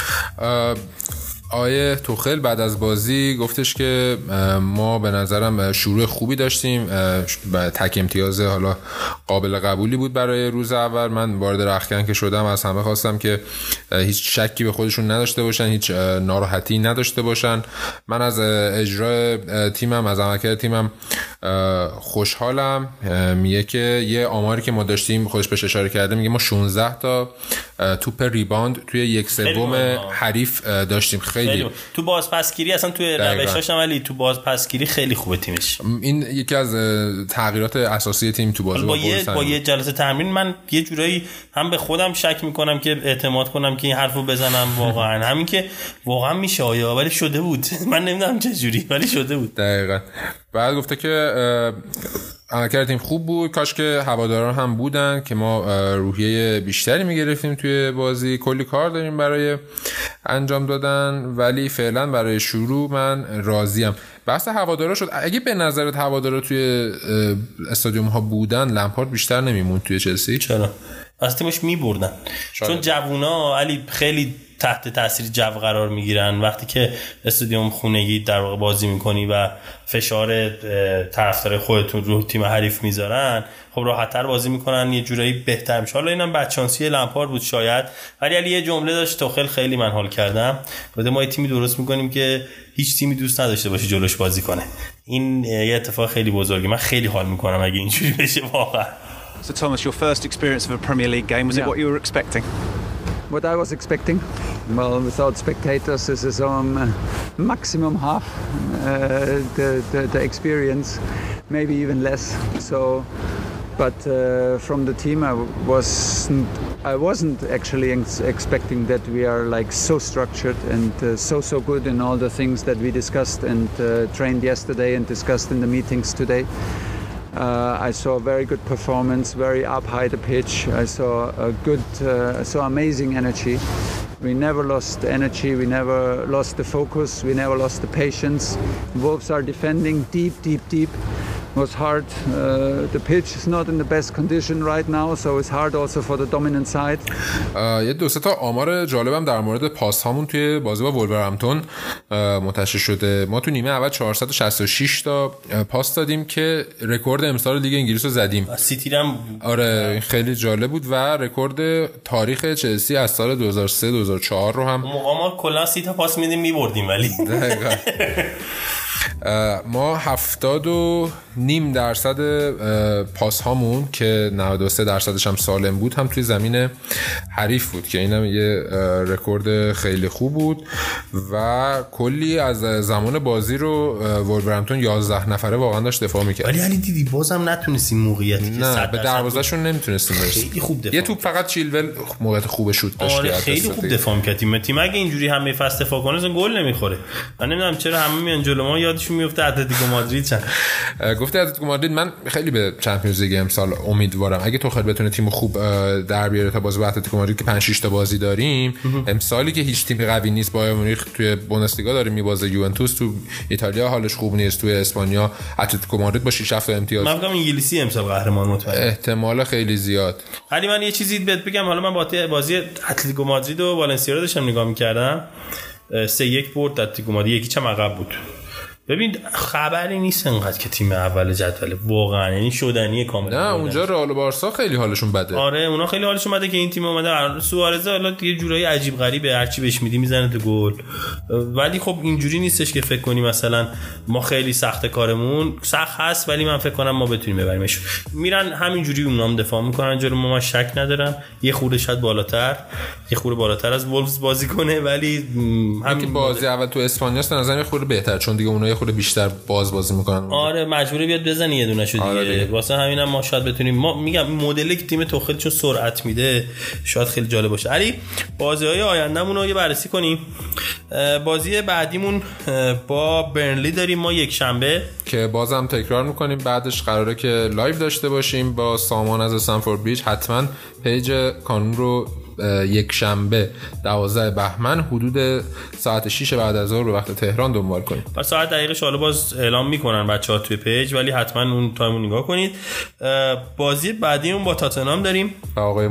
آیه توخل بعد از بازی گفتش که ما به نظرم شروع خوبی داشتیم، تک امتیاز حالا قابل قبولی بود برای روز اول. من وارد رختکن که شدم از همه خواستم که هیچ شکی به خودشون نداشته باشن، هیچ ناراحتی نداشته باشن. من از اجرای تیمم، از عملکرد تیمم خوشحالم. میگه که یه آماری که ما داشتیم، خودش بهش اشاره کرده، میگه ما 16 تا توپ ریباند توی 1/3 حریف داشتیم. خیلی تو بازپسگیری اصلا توی روشاش هم، ولی تو بازپسگیری خیلی خوبه تیمش. این یکی از تغییرات اساسی تیم تو بازی با یه جلسه تمرین من یه جورایی هم به خودم شک میکنم که اعتماد کنم که این حرفو بزنم واقعا همین که واقعا میشه آیا، ولی شده بود. من نمیدونم چه جوری ولی شده بود. دقیقاً. بعد گفته که عملکرد تیم خوب بود، کاش که هواداران هم بودن که ما روحیه بیشتری میگرفتیم توی بازی. کلی کار داریم برای انجام دادن ولی فعلا برای شروع من راضیم. بحث هوادارا شد. اگه به نظرت هوادارا توی استادیوم ها بودن لامپارد بیشتر نمیموند توی چلسی؟ چرا؟ از تیمش میبردن. چون جوونا علی خیلی تحت تاثیر جو قرار میگیرن. وقتی که استادیوم خونگی در واقع بازی میکنی و فشار طرفدار خودتون رو تیم حریف میذارن، خب راحت‌تر بازی میکنن، یه جورایی بهتر میشه. حالا اینم بچانسی لامپارد بود شاید، ولی علی یه جمله داشت توخل خیلی من حال کردم، گفت ما یه تیمی درست میکنیم که هیچ تیمی دوست نداشته باشه جلوش بازی کنه. این یه اتفاق خیلی بزرگه. من خیلی حال میکنم اگه اینجوری بشه واقعا. So Thomas, your first experience of a Premier League game, was it what you were expecting? what I was expecting. Well, without spectators, this is maximum half the experience, maybe even less. So, but from the team, I wasn't actually expecting that we are like so structured and so good in all the things that we discussed and trained yesterday and discussed in the meetings today. I saw a very good performance, very up high the pitch. I saw amazing energy. We never lost energy, we never lost the focus, we never lost the patience. Wolves are defending deep. It was hard. The pitch is not in the best condition right now, so it's hard also for the dominant side. یه دو سه تا آمار جالبم در مورد پاس هامون توی بازی با وولورهمپتون منتشر شده. ما تو نیمه اول 466 تا پاس دادیم که رکورد امسال لیگ انگلیس رو زدیم. سیتی هم آره خیلی جالب بود و رکورد تاریخ چلسی از سال 2003 2004 رو هم ما کلا 30 تا پاس میدیم میبردیم ولی ما 70.5% پاس هامون که 93% هم سالم بود هم توی زمین حریف بود که اینم یه رکورد خیلی خوب بود و کلی از زمان بازی رو وولورهمپتون 11 نفره واقعا داشت دفاع میکرد. ولی علی دیدی بازم نتونستیم موقعیتی که 100% به دروازه‌شون نمیتونستیم برسیم. خیلی خوب دفاع. یه توپ فقط چیلول موقعیت خوب شوت داشت. آره خیلی خوب دفاع می‌کرد. تیم اگه اینجوری همه فصل دفاع کنه اصلا گل نمیخوره. من نمیدونم چرا همه میان جلو ما یادشون میفته اتلتیکو مادرید چن. گفته اتلتیکو مادرید من خیلی به چمپیونز لیگ امسال امیدوارم. اگه توخل بتونه تیم خوب در بیاره تا بازی با اتلتیکو مادرید که 5 6 تا بازی داریم، امسالی که هیچ تیم قوی نیست، بایر مونیخ توی بوندسلیگا داره میبازه، یوونتوس تو ایتالیا حالش خوب نیست، توی اسپانیا اتلتیکو مادرید با 6 7 امتیاز. من فکر کنم انگلیسی امسال قهرمان مطمئن. احتمال خیلی زیاد. ولی من یه چیزی بهت بگم، حالا من با بازی اتلتیکو مادرید و والنسیا رو داشتم نگاه می‌کردم. 3-1 برد اتلتیکو مادرید، یکی چم عقب بود. ببین خبری نیست انقدر که تیم اول جدول واقعا یعنی شدنی کاملا. نه اونجا رئال و بارسا خیلی حالشون بده. آره اونا خیلی حالشون بده که این تیم اومده سوارز حالا یه جورایی عجیب غریبه، هر چی بهش میدی میزنه تو گل. ولی خب اینجوری نیستش که فکر کنی مثلا ما خیلی سخت کارمون سخت هست ولی من فکر کنم ما بتونیم ببریمش. میرن همینجوری اونام دفاع میکنن جلو ما، شک ندارم یه خورده شاید بالاتر از وولفز بازی کنه ولی همین بازی اول تو اسپانیا است نظرم یه خورده بهتر چون دیگه اونها خود بیشتر بازی میکنن. آره مجبوره بیاد بزنی یه دونه شو دیگه. آره واسه همینم ما شاید بتونیم، ما میگم مدلی که تیم توخل چون سرعت میده شاید خیلی جالب باشه. علی بازی‌های آیندهمون رو یه بررسی کنیم. بازی بعدیمون با برنلی داریم ما یک شنبه که بازم تکرار میکنیم بعدش قراره که لایو داشته باشیم با سامان از استنفورد بریج. حتما پیج کانون رو یک شنبه 12 بهمن حدود ساعت 6 بعد از ظهر به وقت تهران دنبال کنید. بعد ساعت دقیقش حالا باز اعلام میکنن بچه‌ها توی پیج ولی حتما اون تایمو نگاه کنید. بازی بعدیمون با تاتنهام داریم و آقای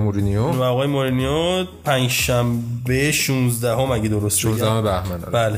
مورینیو پنجشنبه 16 اگه درست 16 بهمن. بله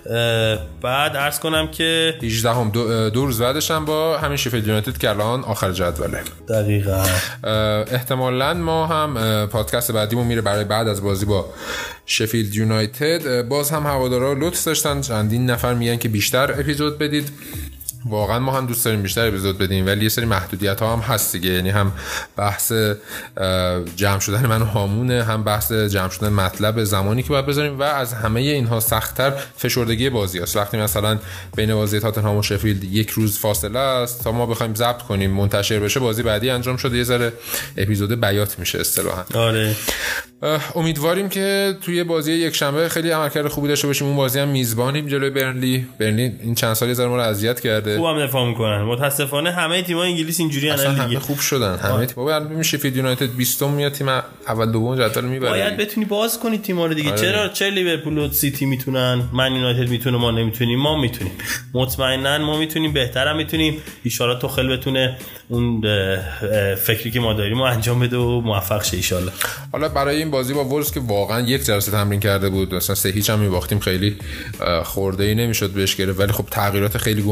بعد عرض کنم که 18 دو روز بعدش هم با همین شفیلد یونایتد که الان آخر جدوله. دقیقاً احتمالاً ما هم پادکست بعدیمون میره برای بعد از بازی با شفیلد یونایتد. باز هم هوادارا لطف داشتن، چندین نفر میگن که بیشتر اپیزود بدید. واقعا ما هم دوست داریم بیشتر اپیزود بدیم ولی یه سری محدودیت ها هم هست دیگه، یعنی هم بحث جمع شدن من و هامونه، هم بحث جمع شدن مطلب زمانی که باید بذاریم و از همه اینها سخت‌تر فشردگی بازی است. وقتی مثلا بین بازی تاتنهام و شفیلد یک روز فاصله است تا ما بخوایم ضبط کنیم منتشر بشه بازی بعدی انجام شده، یه ذره اپیزود بیات میشه اصطلاحاً. آره امیدواریم که توی بازی یک شنبه خیلی عملکرد خوبی داشته باشیم. اون بازی هم میزبانیم جلوی برنلی این چند سالی زر ما رو اذیت کرده. خوبم دفاع میکنن متاسفانه همه تیم‌های انگلیس اینجوری ان دیگه. همه خوب شدن همه تیم‌ها. بعد شفیلد یونایتد 20 میاد تیم اول دوم جدول میبره. باید بتونی باز کنی تیم‌ها رو دیگه. آره. چرا لیورپول و سیتی میتونن، من یونایتد میتونه، ما نمیتونیم؟ ما میتونیم، مطمئنا ما میتونیم، بهترم میتونیم. ان شاءالله توخل بتونه اون فکری که ما داریم رو انجام بده و موفق شه ان شاءالله. حالا برای این بازی با وولز که واقعا یک جلسه تمرین کرده بود، مثلا 3-0 هم می‌باختیم، خیلی خورده‌ای نمیشد بهش گرفت، ولی خب تغییرات خیلی گنده‌ای دیدیم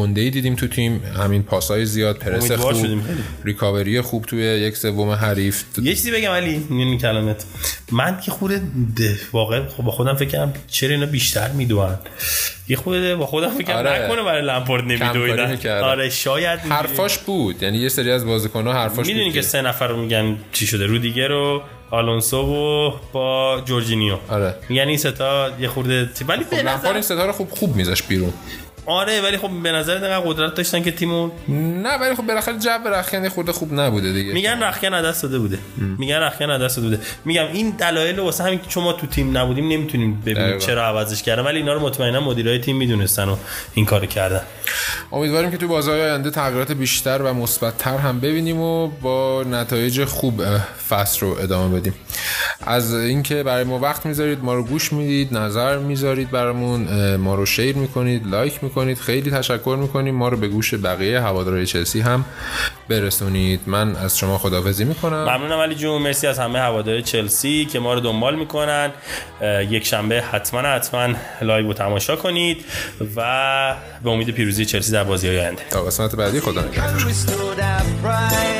دیدیم تو تیم، همین پاسای زیاد، پرس خوب، ریکاوری خوب توی یک سوم حریف. یه چیزی بگم علی، این کلمت من که خورده واقعا با خودم فکر کردم چرا اینا بیشتر میدوئن، یه خورده با خودم فکر کردم نکنه برای لامپارد نمیدویدن. آره شاید حرفاش بود، یعنی یه سری از بازیکن‌ها حرفاش بود. میدونی که 3 نفر رو میگن چی شده، رودیگر و آلونسو و با جورجینیو. آره یعنی این سه تا یه خورده ولی به نظر این ستا رو خوب میذاش بیرون. آره ولی خب به نظر اینقدر قدرت داشتن که تیمو نه، ولی خب بالاخره جو رخکن خورده خوب نبوده دیگه. میگن رخکن از دست داده بوده. میگم این دلایل واسه همین که چون ما تو تیم نبودیم نمیتونیم ببینیم چرا عوضش کردن، ولی اینا رو مطمئنا مدیرای تیم میدونستن و این کارو کردن. امیدواریم که تو بازهای آینده تغییرات بیشتر و مثبت‌تر هم ببینیم و با نتایج خوب فصل رو ادامه بدیم. از اینکه برای ما وقت میذارید، ما رو گوش میدید، نظر میذارید برامون، ما رو شیر میکنید، لایک میکنید، خیلی تشکر میکنیم. ما رو به گوش بقیه هوادارهای چلسی هم برسونید. من از شما خداحافظی میکنم. ممنونم علی جون، مرسی از همه هوادارهای چلسی که ما رو دنبال میکنن. یک شنبه حتما لایو رو تماشا کنید و به امید پیروزی چلسی در بازی‌های آینده. تا قسمت بعدی، خدا نگهدار.